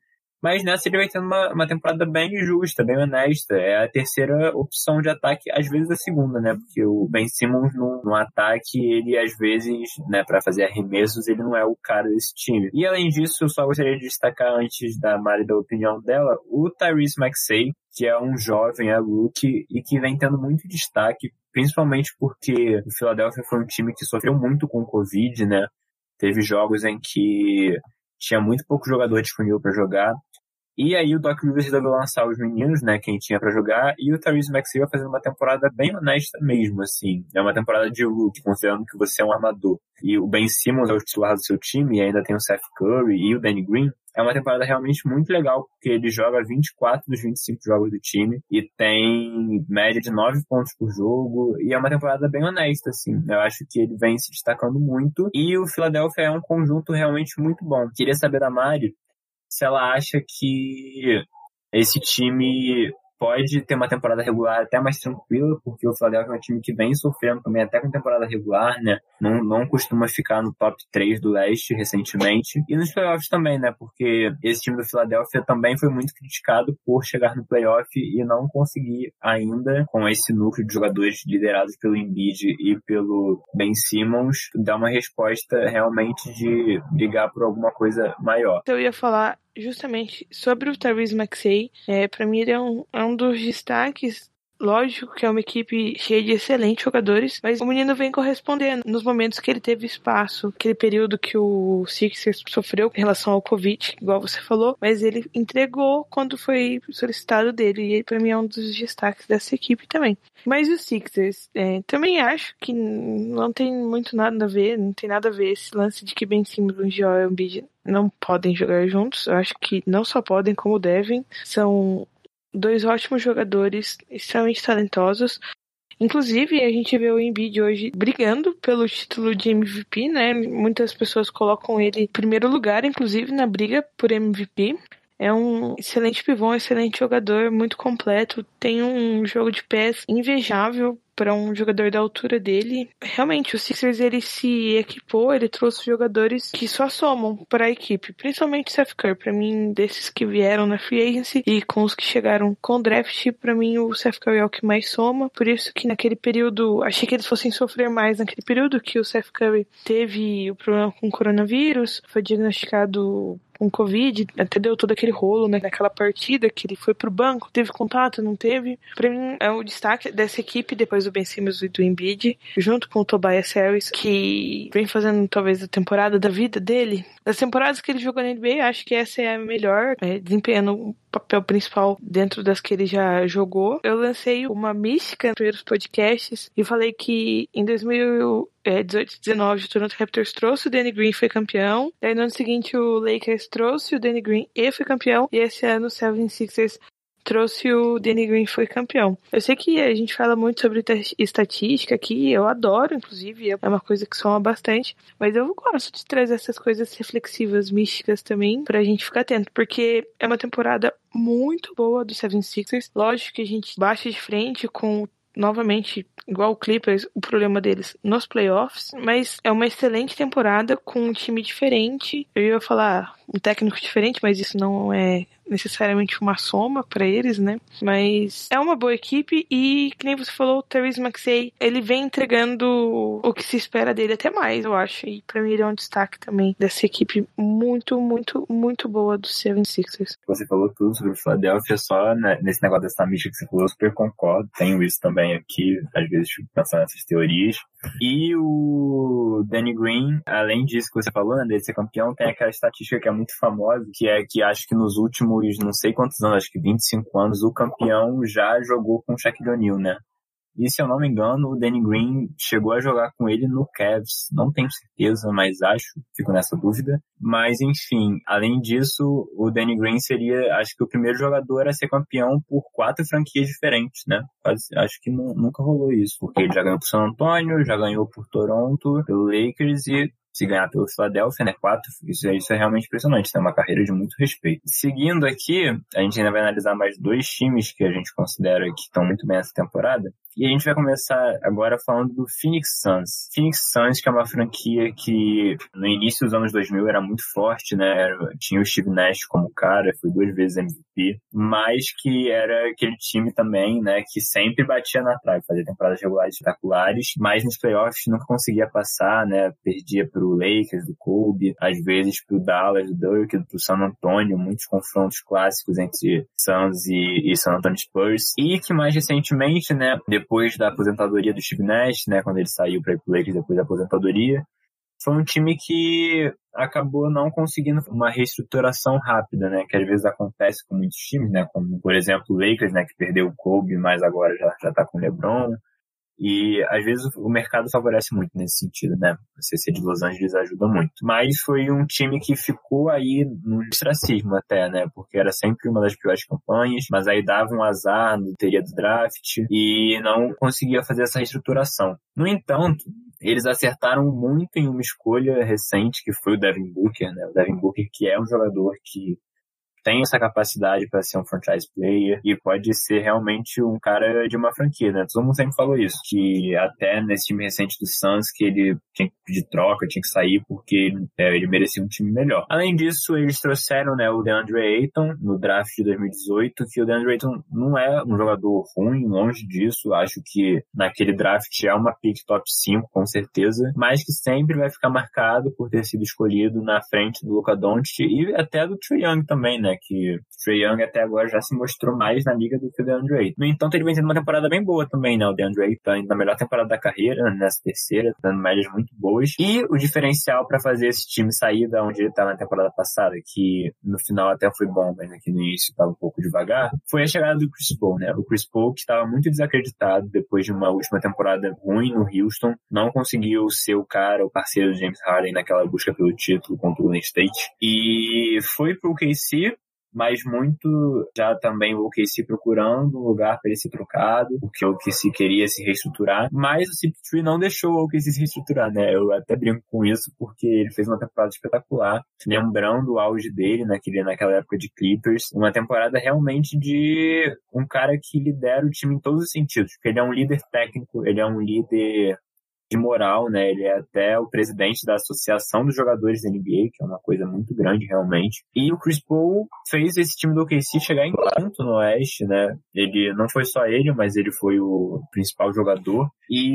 Mas nessa ele vai tendo uma, uma temporada bem justa, bem honesta. É a terceira opção de ataque, às vezes a segunda, né? Porque o Ben Simmons no, no ataque, ele às vezes, né, pra fazer arremessos, ele não é o cara desse time. E além disso, eu só gostaria de destacar, antes da Mari da opinião dela, o Tyrese Maxey, que é um jovem, é rookie, e que vem tendo muito destaque, principalmente porque o Philadelphia foi um time que sofreu muito com o Covid, né? Teve jogos em que tinha muito pouco jogador disponível para jogar. E aí o Doc Rivers resolveu lançar os meninos, né, quem tinha pra jogar, e o Tyrese Maxey vai fazendo uma temporada bem honesta mesmo, assim. É uma temporada de rookie, considerando que você é um armador. E o Ben Simmons é o titular do seu time, e ainda tem o Seth Curry e o Danny Green. É uma temporada realmente muito legal, porque ele joga vinte e quatro dos vinte e cinco jogos do time, e tem média de nove pontos por jogo, e é uma temporada bem honesta, assim. Eu acho que ele vem se destacando muito, e o Philadelphia é um conjunto realmente muito bom. Queria saber da Mari se ela acha que esse time pode ter uma temporada regular até mais tranquila, porque o Philadelphia é um time que vem sofrendo também até com temporada regular, né? Não, não costuma ficar no top três do leste recentemente. E nos playoffs também, né? Porque esse time do Philadelphia também foi muito criticado por chegar no playoff e não conseguir ainda, com esse núcleo de jogadores liderados pelo Embiid e pelo Ben Simmons, dar uma resposta realmente de brigar por alguma coisa maior. Eu ia falar justamente sobre o Tyrese Maxey. É, para mim ele é um, é um dos destaques. Lógico que é uma equipe cheia de excelentes jogadores, mas o menino vem correspondendo nos momentos que ele teve espaço, aquele período que o Sixers sofreu em relação ao Covid, igual você falou, mas ele entregou quando foi solicitado dele, e ele pra mim é um dos destaques dessa equipe também. Mas os Sixers, é, também acho que não tem muito nada a ver, não tem nada a ver esse lance de que Ben Simmons e Joel Embiid não podem jogar juntos. Eu acho que não só podem, como devem. São dois ótimos jogadores, extremamente talentosos. Inclusive, a gente vê o Embiid hoje brigando pelo título de M V P, né? Muitas pessoas colocam ele em primeiro lugar, inclusive, na briga por M V P. É um excelente pivô, um excelente jogador, muito completo. Tem um jogo de pés invejável para um jogador da altura dele. Realmente, o Sixers, ele se equipou, ele trouxe jogadores que só somam para a equipe, principalmente o Seth Curry. Para mim, desses que vieram na free agency e com os que chegaram com draft, para mim o Seth Curry é o que mais soma. Por isso que naquele período, achei que eles fossem sofrer mais naquele período que o Seth Curry teve o problema com o coronavírus, foi diagnosticado com Covid, até deu todo aquele rolo, né, naquela partida que ele foi pro banco, teve contato, não teve. Pra mim, é o destaque dessa equipe, depois do Ben Simmons e do Embiid, junto com o Tobias Harris, que vem fazendo talvez a temporada da vida dele. Das temporadas que ele jogou na N B A, acho que essa é a melhor, é, desempenhando o papel principal dentro das que ele já jogou. Eu lancei uma mística nos primeiros podcasts e falei que em dois mil e dezoito, dezenove o Toronto Raptors trouxe o Danny Green e foi campeão. Daí no ano seguinte o Lakers trouxe o Danny Green e foi campeão. E esse ano o seventy-sixers trouxe o Danny Green e foi campeão. Eu sei que a gente fala muito sobre estatística aqui, eu adoro, inclusive, é uma coisa que soma bastante, mas eu gosto de trazer essas coisas reflexivas, místicas também, pra gente ficar atento, porque é uma temporada muito boa do seventy-sixers. Lógico que a gente bate de frente com, novamente, igual o Clippers, o problema deles nos playoffs, mas é uma excelente temporada com um time diferente. Eu ia falar um técnico diferente, mas isso não é necessariamente uma soma pra eles, né? Mas é uma boa equipe e, que nem você falou, o Tyrese Maxey, ele vem entregando o que se espera dele, até mais, eu acho. E pra mim ele é um destaque também dessa equipe muito, muito, muito boa do seventy-sixers. Você falou tudo sobre o Philadelphia, só né, nesse negócio dessa mística que você falou, eu super concordo. Tenho isso também aqui, às vezes fico pensando nessas teorias. E o Danny Green, além disso que você falou, né, dele ser campeão, tem aquela estatística que é muito famosa, que é que acho que nos últimos não sei quantos anos, acho que vinte e cinco anos, o campeão já jogou com o Shaquille O'Neal, né? E se eu não me engano, o Danny Green chegou a jogar com ele no Cavs. Não tenho certeza, mas acho, fico nessa dúvida. Mas, enfim, além disso, o Danny Green seria, acho que o primeiro jogador a ser campeão por quatro franquias diferentes, né? Acho que não, nunca rolou isso, porque ele já ganhou por San Antonio, já ganhou por Toronto, pelo Lakers e se ganhar pelo Philadelphia, né, quatro, isso, isso é realmente impressionante, tem uma carreira de muito respeito. Seguindo aqui, a gente ainda vai analisar mais dois times que a gente considera que estão muito bem essa temporada, E a gente vai começar agora falando do Phoenix Suns. Phoenix Suns, que é uma franquia que no início dos anos dois mil era muito forte, né? Era, tinha o Steve Nash como cara, foi duas vezes M V P, mas que era aquele time também, né, que sempre batia na trave, fazia temporadas regulares espetaculares, mas nos playoffs nunca conseguia passar, né? Perdia pro Lakers, do Kobe, às vezes pro Dallas, do Dirk, pro San Antonio, muitos confrontos clássicos entre Suns e, e San Antonio Spurs. E que mais recentemente, né, depois da aposentadoria do Steve Nash, né, quando ele saiu para ir pro Lakers depois da aposentadoria, foi um time que acabou não conseguindo uma reestruturação rápida, né, que às vezes acontece com muitos times, né, como por exemplo o Lakers, né, que perdeu o Kobe, mas agora já, já tá com o LeBron. E às vezes o mercado favorece muito nesse sentido, né? O C C de Los Angeles ajuda muito. Mas foi um time que ficou aí no ostracismo até, né? Porque era sempre uma das piores campanhas, mas aí dava um azar no teria do draft e não conseguia fazer essa reestruturação. No entanto, eles acertaram muito em uma escolha recente, que foi o Devin Booker, né? O Devin Booker, que é um jogador que tem essa capacidade para ser um franchise player e pode ser realmente um cara de uma franquia, né? Todo mundo sempre falou isso, que até nesse time recente do Suns, que ele tinha que pedir troca, tinha que sair porque é, ele merecia um time melhor. Além disso, eles trouxeram, né, o DeAndre Ayton no draft de dois mil e dezoito, que o DeAndre Ayton não é um jogador ruim, longe disso, acho que naquele draft é uma pick top cinco, com certeza, mas que sempre vai ficar marcado por ter sido escolhido na frente do Luka Doncic e até do Trae Young também, né? Que o Trae Young até agora já se mostrou mais na liga do que o DeAndre Ayton. No entanto, ele vem tendo uma temporada bem boa também, né? O DeAndre Ayton tá indo na melhor temporada da carreira, nessa terceira, dando médias muito boas. E o diferencial para fazer esse time sair da onde ele tá na temporada passada, que no final até foi bom, mas aqui no início tava um pouco devagar, foi a chegada do Chris Paul, né? O Chris Paul, que estava muito desacreditado depois de uma última temporada ruim no Houston, não conseguiu ser o cara, o parceiro do James Harden naquela busca pelo título contra o Golden State. E foi pro O K C, mas muito já também o O K C procurando um lugar para ele ser trocado, porque o O K C queria se reestruturar, mas o C P três não deixou o O K C se reestruturar, né? Eu até brinco com isso, porque ele fez uma temporada espetacular, lembrando o auge dele naquele, naquela época de Clippers, uma temporada realmente de um cara que lidera o time em todos os sentidos, porque ele é um líder técnico, ele é um líder de moral, né? Ele é até o presidente da Associação dos Jogadores da N B A, que é uma coisa muito grande, realmente. E o Chris Paul fez esse time do O K C chegar em quinto no Oeste, né? Ele não foi só ele, mas ele foi o principal jogador.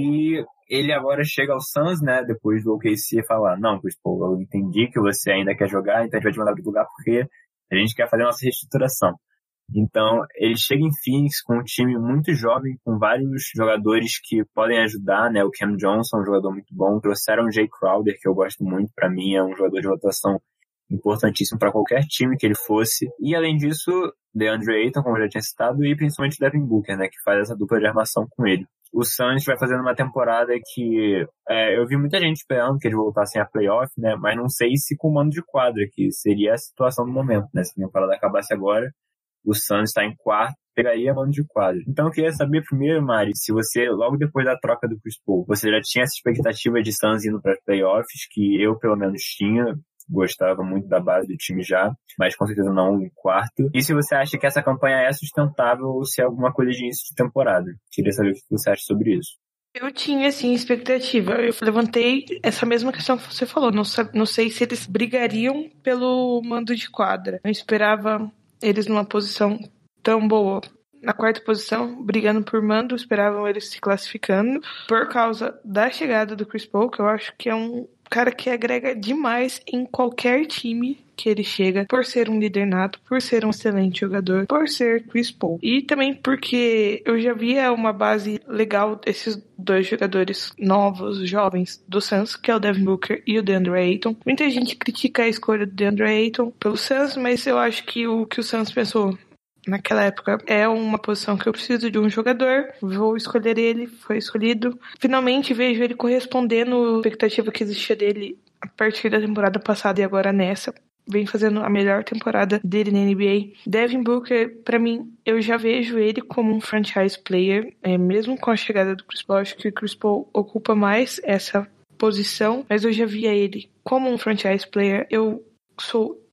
E ele agora chega ao Suns, né? Depois do O K C falar, não, Chris Paul, eu entendi que você ainda quer jogar, então a gente vai te mandar para outro lugar porque a gente quer fazer a nossa reestruturação. Então, ele chega em Phoenix com um time muito jovem, com vários jogadores que podem ajudar, né? O Cam Johnson é um jogador muito bom. Trouxeram o Jay Crowder, que eu gosto muito. Para mim, é um jogador de rotação importantíssimo para qualquer time que ele fosse. E, além disso, DeAndre Ayton, como eu já tinha citado, e principalmente o Devin Booker, né? Que faz essa dupla de armação com ele. O Suns vai fazendo uma temporada que é, eu vi muita gente esperando que eles voltassem a playoff, né? Mas não sei se com mando de quadra, que seria a situação do momento, né? Se a temporada acabasse agora, o Suns está em quarto, pegaria mano de quadro. Então eu queria saber primeiro, Mari, se você, logo depois da troca do Chris Paul, você já tinha essa expectativa de Suns indo para os playoffs, que eu pelo menos tinha, gostava muito da base do time já, mas com certeza não em quarto. E se você acha que essa campanha é sustentável ou se é alguma coisa de início de temporada? Queria saber o que você acha sobre isso. Eu tinha, sim, expectativa. Eu levantei essa mesma questão que você falou. Não, não sei se eles brigariam pelo mando de quadra. Eu esperava eles numa posição tão boa. Na quarta posição, brigando por mando, esperavam eles se classificando por causa da chegada do Chris Paul, que eu acho que é um cara que agrega demais em qualquer time que ele chega, por ser um líder nato, por ser um excelente jogador, por ser Chris Paul. E também porque eu já via uma base legal desses dois jogadores novos, jovens, do Suns, que é o Devin Booker e o DeAndre Ayton. Muita gente critica a escolha do DeAndre Ayton pelo Suns, mas eu acho que o que o Suns pensou naquela época é uma posição que eu preciso de um jogador, vou escolher ele, foi escolhido. Finalmente vejo ele correspondendo à expectativa que existia dele a partir da temporada passada e agora nessa. Vem fazendo a melhor temporada dele na N B A. Devin Booker, pra mim, eu já vejo ele como um franchise player, é, mesmo com a chegada do Chris Paul. Acho que o Chris Paul ocupa mais essa posição, mas eu já via ele como um franchise player. Eu sou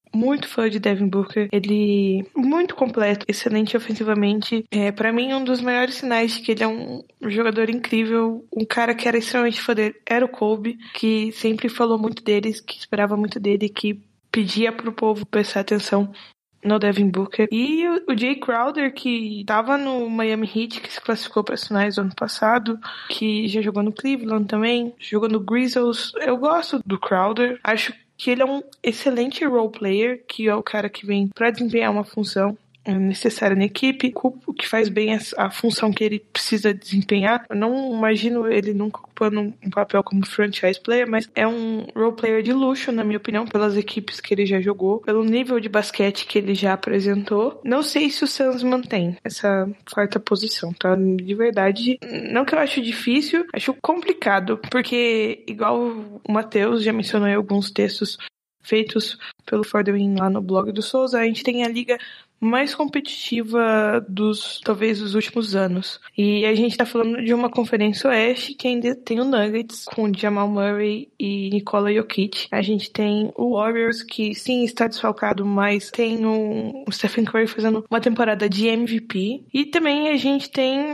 muito fã de Devin Booker. Ele muito completo, excelente ofensivamente. É, para mim, um dos maiores sinais de que ele é um jogador incrível. Um cara que era extremamente fã dele era o Kobe, que sempre falou muito dele, que esperava muito dele, que pedia pro povo prestar atenção no Devin Booker. E o, o Jay Crowder, que tava no Miami Heat, que se classificou para as finais do ano passado, que já jogou no Cleveland também, jogou no Grizzlies. Eu gosto do Crowder. Acho que ele é um excelente role player, que é o cara que vem para desempenhar uma função necessária na equipe, o que faz bem a, a função que ele precisa desempenhar. Eu não imagino ele nunca ocupando um papel como franchise player, mas é um role player de luxo, na minha opinião, pelas equipes que ele já jogou, pelo nível de basquete que ele já apresentou. Não sei se o Suns mantém essa quarta posição, tá? De verdade, não que eu acho difícil, acho complicado, porque igual o Matheus já mencionou em alguns textos feitos pelo Fordwin lá no blog do Souza, a gente tem a liga mais competitiva dos, talvez, dos últimos anos. E a gente tá falando de uma conferência oeste que ainda tem o Nuggets, com Jamal Murray e Nikola Jokic. A gente tem o Warriors, que sim, está desfalcado, mas tem o, o Stephen Curry fazendo uma temporada de M V P. E também a gente tem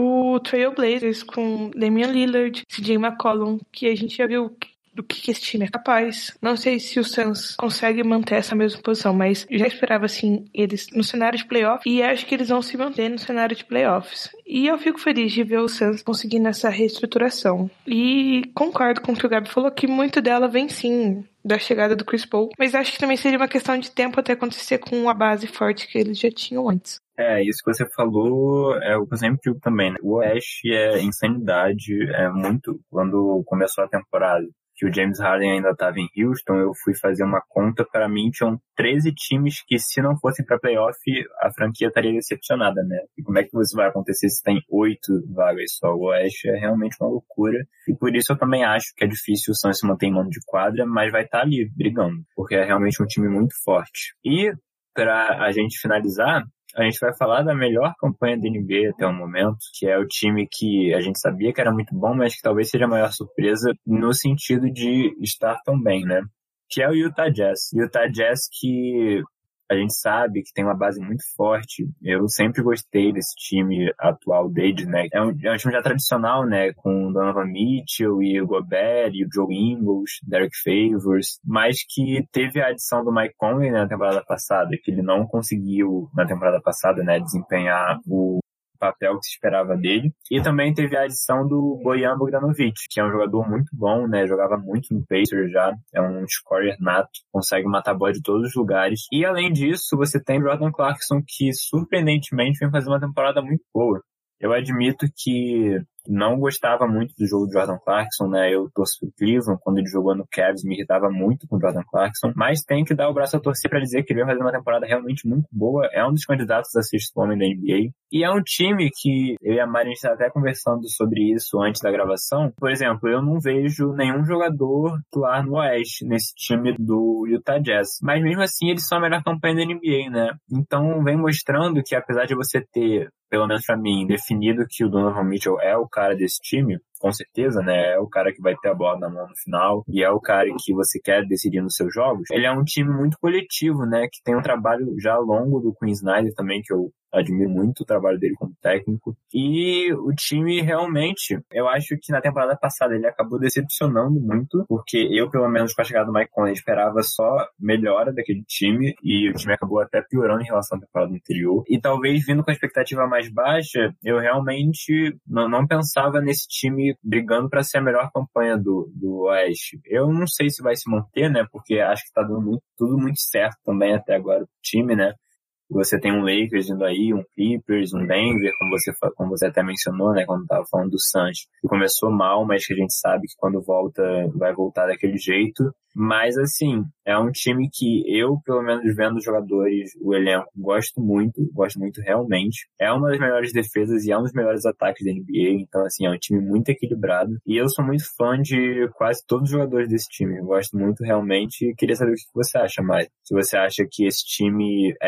o Trail Blazers com Damian Lillard, C J McCollum, que a gente já viu do que esse time é capaz. Não sei se o Suns consegue manter essa mesma posição, mas já esperava, assim, eles no cenário de playoff, e acho que eles vão se manter no cenário de playoffs. E eu fico feliz de ver o Suns conseguindo essa reestruturação. E concordo com o que o Gabi falou, que muito dela vem, sim, da chegada do Chris Paul, mas acho que também seria uma questão de tempo até acontecer com a base forte que eles já tinham antes. É, isso que você falou é o que eu sempre digo também, né? O Oeste é insanidade, é muito... Quando começou a temporada, que o James Harden ainda estava em Houston, eu fui fazer uma conta, para mim tinham treze times que, se não fossem para playoff, a franquia estaria decepcionada, né? E como é que isso vai acontecer se tem oito vagas só? O Oeste é realmente uma loucura, e por isso eu também acho que é difícil o Suns se manter em mano de quadra, mas vai estar ali, brigando, porque é realmente um time muito forte. E, para a gente finalizar, a gente vai falar da melhor campanha da N B A até o momento, que é o time que a gente sabia que era muito bom, mas que talvez seja a maior surpresa no sentido de estar tão bem, né? Que é o Utah Jazz. Utah Jazz que a gente sabe que tem uma base muito forte. Eu sempre gostei desse time atual deles, né? É um, é um time já tradicional, né? Com o Donovan Mitchell e o Gobert e o Joe Ingles, Derek Favors, mas que teve a adição do Mike Conley, né, na temporada passada, que ele não conseguiu, na temporada passada, né, desempenhar o papel que se esperava dele. E também teve a adição do Bojan Bogdanovic, que é um jogador muito bom, né? Jogava muito no Pacers já. É um scorer nato, consegue matar a bola de todos os lugares. E além disso, você tem o Jordan Clarkson, que surpreendentemente vem fazer uma temporada muito boa. Eu admito que não gostava muito do jogo do Jordan Clarkson, né? Eu torço pro Cleveland, quando ele jogou no Cavs, me irritava muito com o Jordan Clarkson, mas tem que dar o braço a torcer para dizer que ele vai fazer uma temporada realmente muito boa. É um dos candidatos a sexto homem da N B A. E é um time que, eu e a Mari, a gente estava até conversando sobre isso antes da gravação. Por exemplo, eu não vejo nenhum jogador atuar no Oeste, nesse time do Utah Jazz. Mas mesmo assim, eles são a melhor campanha da N B A, né? Então, vem mostrando que, apesar de você ter, pelo menos pra mim, definido que o Donovan Mitchell é o cara desse time, com certeza, né? É o cara que vai ter a bola na mão no final e é o cara que você quer decidir nos seus jogos. Ele é um time muito coletivo, né? Que tem um trabalho já longo do Quinn Snyder também, que eu admiro muito o trabalho dele como técnico. E o time realmente, eu acho que na temporada passada ele acabou decepcionando muito, porque eu, pelo menos com a chegada do Mike Conley, esperava só melhora daquele time e o time acabou até piorando em relação à temporada anterior. E talvez vindo com a expectativa mais baixa, eu realmente não, não pensava nesse time brigando para ser a melhor campanha do, do Oeste. Eu não sei se vai se manter, né? Porque acho que tá dando muito, tudo muito certo também até agora pro time, né? Você tem um Lakers indo aí, um Clippers, um Denver, como você, como você até mencionou, né, quando tava falando do Suns, que começou mal, mas que a gente sabe que quando volta, vai voltar daquele jeito. Mas, assim, é um time que eu, pelo menos vendo os jogadores, o elenco, gosto muito, gosto muito realmente. É uma das melhores defesas e é um dos melhores ataques da N B A, então, assim, é um time muito equilibrado. E eu sou muito fã de quase todos os jogadores desse time, eu gosto muito realmente e queria saber o que você acha mais. Se você acha que esse time, essa é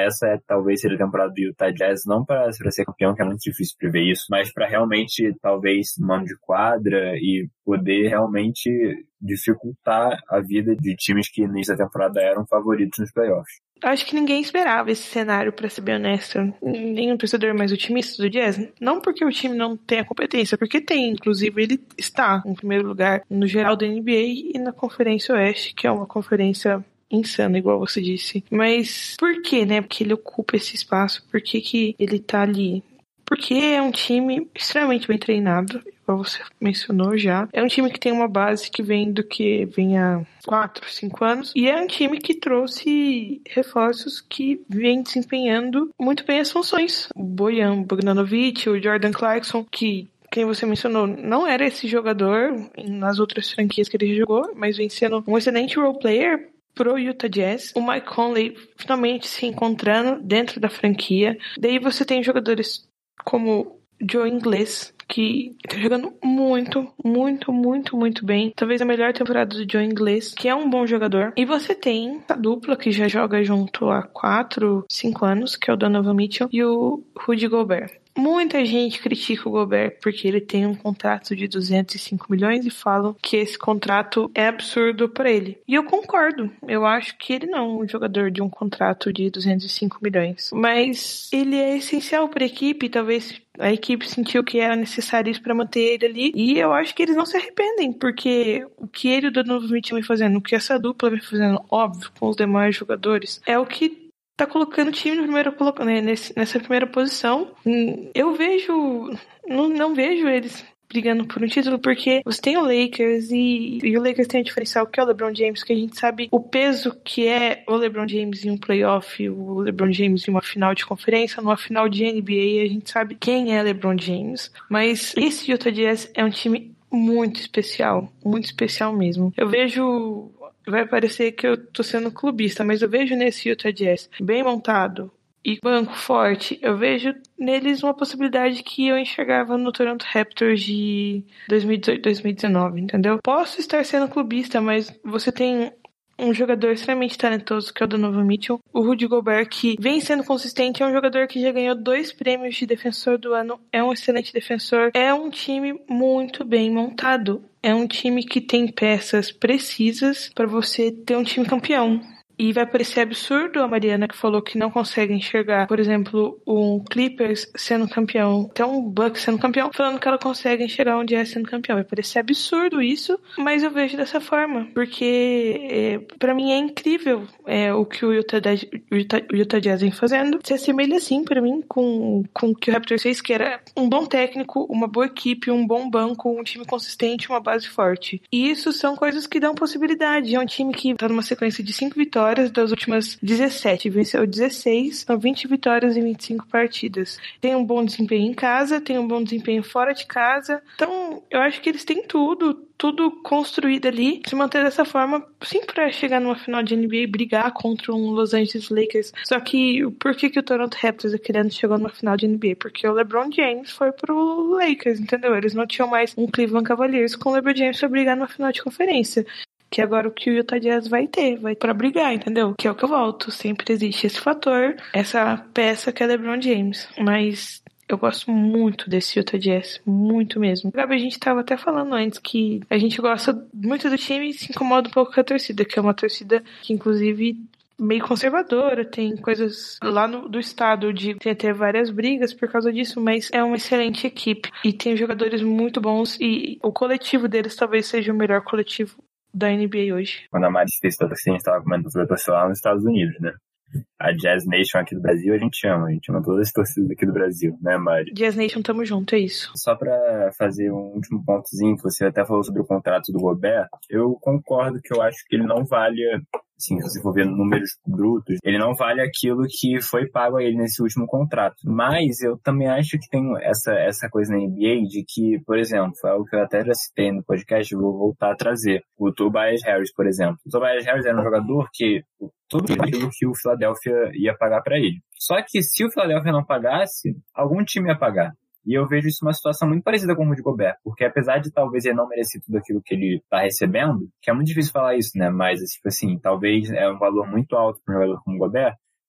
talvez seja a temporada do Utah Jazz, não para ser campeão, que é muito difícil prever isso, mas para realmente, talvez, mano de quadra e poder realmente dificultar a vida de times que nessa temporada eram favoritos nos playoffs. Acho que ninguém esperava esse cenário, pra ser bem honesto. Nenhum torcedor mais otimista do Jazz. Não porque o time não tenha competência, porque tem. Inclusive, ele está em primeiro lugar no geral da N B A e na Conferência Oeste, que é uma conferência insana, igual você disse. Mas por que, né? Porque ele ocupa esse espaço. Por que que ele tá ali? Porque é um time extremamente bem treinado, igual você mencionou já. É um time que tem uma base que vem do que vem há quatro, cinco anos. E é um time que trouxe reforços que vem desempenhando muito bem as funções. O Bojan Bogdanovic, o Jordan Clarkson, que quem você mencionou, não era esse jogador nas outras franquias que ele jogou, mas vem sendo um excelente role player pro Utah Jazz. O Mike Conley finalmente se encontrando dentro da franquia. Daí você tem jogadores como Joe Ingles, que tá jogando muito, muito, muito, muito bem. Talvez a melhor temporada do Joe Ingles, que é um bom jogador. E você tem a dupla que já joga junto há quatro, cinco anos, que é o Donovan Mitchell e o Rudy Gobert. Muita gente critica o Gobert porque ele tem um contrato de duzentos e cinco milhões e falam que esse contrato é absurdo para ele. E eu concordo. Eu acho que ele não é um jogador de um contrato de duzentos e cinco milhões. Mas ele é essencial para a equipe. Talvez a equipe sentiu que era necessário isso para manter ele ali. E eu acho que eles não se arrependem, porque o que ele e o Donovan Mitchell vem fazendo, o que essa dupla vem fazendo, óbvio, com os demais jogadores, é o que tá colocando o time no primeiro, né, nesse, nessa primeira posição. Eu vejo, não, não vejo eles brigando por um título, porque você tem o Lakers e, e o Lakers tem a diferencial que é o LeBron James, que a gente sabe o peso que é o LeBron James em um playoff, o LeBron James em uma final de conferência, numa final de N B A, a gente sabe quem é LeBron James. Mas esse Utah Jazz é um time muito especial, muito especial mesmo. Eu vejo... Vai parecer que eu tô sendo clubista, mas eu vejo nesse Utah Jazz bem montado e banco forte. Eu vejo neles uma possibilidade que eu enxergava no Toronto Raptors de dois mil e dezoito, dois mil e dezenove, entendeu? Posso estar sendo clubista, mas você tem um jogador extremamente talentoso que é o Donovan Mitchell. O Rudy Gobert, que vem sendo consistente, é um jogador que já ganhou dois prêmios de defensor do ano, é um excelente defensor, é um time muito bem montado. É um time que tem peças precisas para você ter um time campeão. E vai parecer absurdo a Mariana que falou que não consegue enxergar, por exemplo, um Clippers sendo campeão, até um Bucks sendo campeão, falando que ela consegue enxergar um Jazz sendo campeão. Vai parecer absurdo isso, mas eu vejo dessa forma, porque é, para mim é incrível é, o que o Utah, Utah, Utah Jazz vem fazendo. Se assemelha assim para mim com, com o que o Raptors fez, que era um bom técnico, uma boa equipe, um bom banco, um time consistente, uma base forte. E isso são coisas que dão possibilidade. É um time que tá numa sequência de cinco vitórias das últimas dezessete, venceu dezesseis, são vinte vitórias em vinte e cinco partidas. Tem um bom desempenho em casa, tem um bom desempenho fora de casa, então eu acho que eles têm tudo, tudo construído ali, se manter dessa forma, sim, pra chegar numa final de N B A e brigar contra um Los Angeles Lakers. Só que, por que que o Toronto Raptors aquele ano chegou numa final de N B A? Porque o LeBron James foi pro Lakers, entendeu? Eles não tinham mais um Cleveland Cavaliers com o LeBron James pra brigar numa final de conferência. Que agora o que o Utah Jazz vai ter, vai pra brigar, entendeu? Que é o que eu volto. Sempre existe esse fator, essa peça que é LeBron James. Mas eu gosto muito desse Utah Jazz, muito mesmo. Gabi, a gente tava até falando antes que a gente gosta muito do time e se incomoda um pouco com a torcida, que é uma torcida que, inclusive, meio conservadora, tem coisas lá no, do estado de tem até várias brigas por causa disso, mas é uma excelente equipe e tem jogadores muito bons e o coletivo deles talvez seja o melhor coletivo da N B A hoje. Quando a Mari fez toda assim, a gente estava comentando sobre a torcida lá nos Estados Unidos, né? A Jazz Nation aqui do Brasil a gente ama, a gente ama todas as torcidas aqui do Brasil, né, Mari? Jazz Nation, tamo junto, é isso. Só pra fazer um último pontozinho, que você até falou sobre o contrato do Gobert, eu concordo que eu acho que ele não vale, assim, se você for ver números brutos, ele não vale aquilo que foi pago a ele nesse último contrato. Mas eu também acho que tem essa, essa coisa na N B A de que, por exemplo, é algo que eu até já citei no podcast, eu vou voltar a trazer. O Tobias Harris, por exemplo. O Tobias Harris era um jogador que tudo aquilo que o Philadelphia ia pagar pra ele. Só que se o Philadelphia não pagasse, algum time ia pagar. E eu vejo isso uma situação muito parecida com o Rudy Gobert, porque apesar de talvez ele não merecer tudo aquilo que ele tá recebendo, que é muito difícil falar isso, né? Mas, tipo assim, talvez é um valor muito alto para um jogador como o Gobert,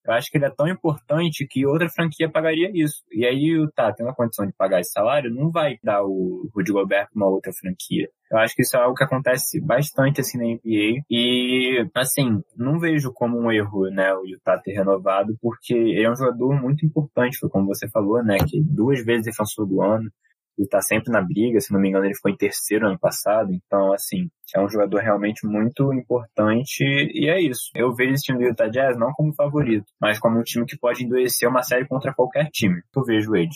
Eu acho que ele é tão importante que outra franquia pagaria isso. E aí o Utah, tendo a condição de pagar esse salário, não vai dar o Rudy Gobert para uma outra franquia. Eu acho que isso é algo que acontece bastante assim na N B A. E, assim, não vejo como um erro, né, o Utah ter renovado, porque ele é um jogador muito importante, foi como você falou, né, que duas vezes defensor do ano. Ele tá sempre na briga, se não me engano ele ficou em terceiro ano passado, então assim, é um jogador realmente muito importante e é isso. Eu vejo esse time do Utah Jazz não como favorito, mas como um time que pode endurecer uma série contra qualquer time. Eu vejo eles.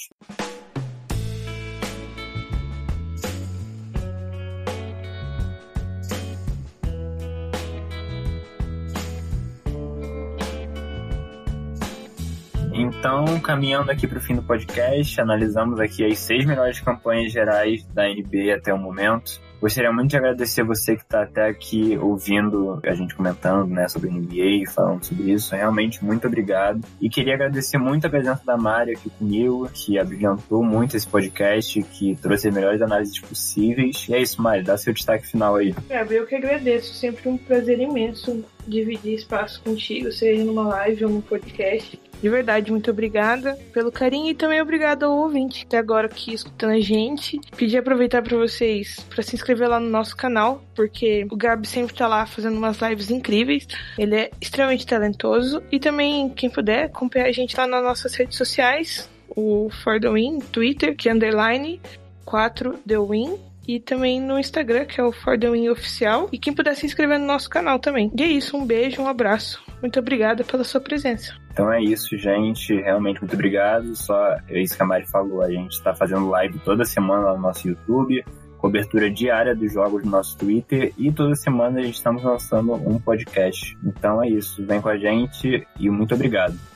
Então, caminhando aqui para o fim do podcast, analisamos aqui as seis melhores campanhas gerais da N B A até o momento. Gostaria muito de agradecer você que está até aqui ouvindo a gente comentando, né, sobre a N B A, falando sobre isso. Realmente, muito obrigado. E queria agradecer muito a presença da Mari aqui comigo, que abrilhantou muito esse podcast, que trouxe as melhores análises possíveis. E é isso, Mari, dá seu destaque final aí. Gabriel, eu que agradeço. Sempre um prazer imenso dividir espaço contigo, seja numa live ou num podcast. De verdade, muito obrigada pelo carinho e também obrigada ao ouvinte que tá agora aqui escutando a gente. Pedi aproveitar para vocês para se inscrever lá no nosso canal, porque o Gabi sempre tá lá fazendo umas lives incríveis. Ele é extremamente talentoso. E também, quem puder, acompanhar a gente lá nas nossas redes sociais, o For The Win, Twitter, que é underline quatro The Win. E também no Instagram, que é o For The Win Oficial. E quem puder se inscrever no nosso canal também. E é isso, um beijo, um abraço. Muito obrigada pela sua presença. Então é isso, gente. Realmente muito obrigado. Só é isso que a Mari falou. A gente está fazendo live toda semana lá no nosso YouTube. Cobertura diária dos jogos no nosso Twitter. E toda semana a gente estamos lançando um podcast. Então é isso. Vem com a gente e muito obrigado.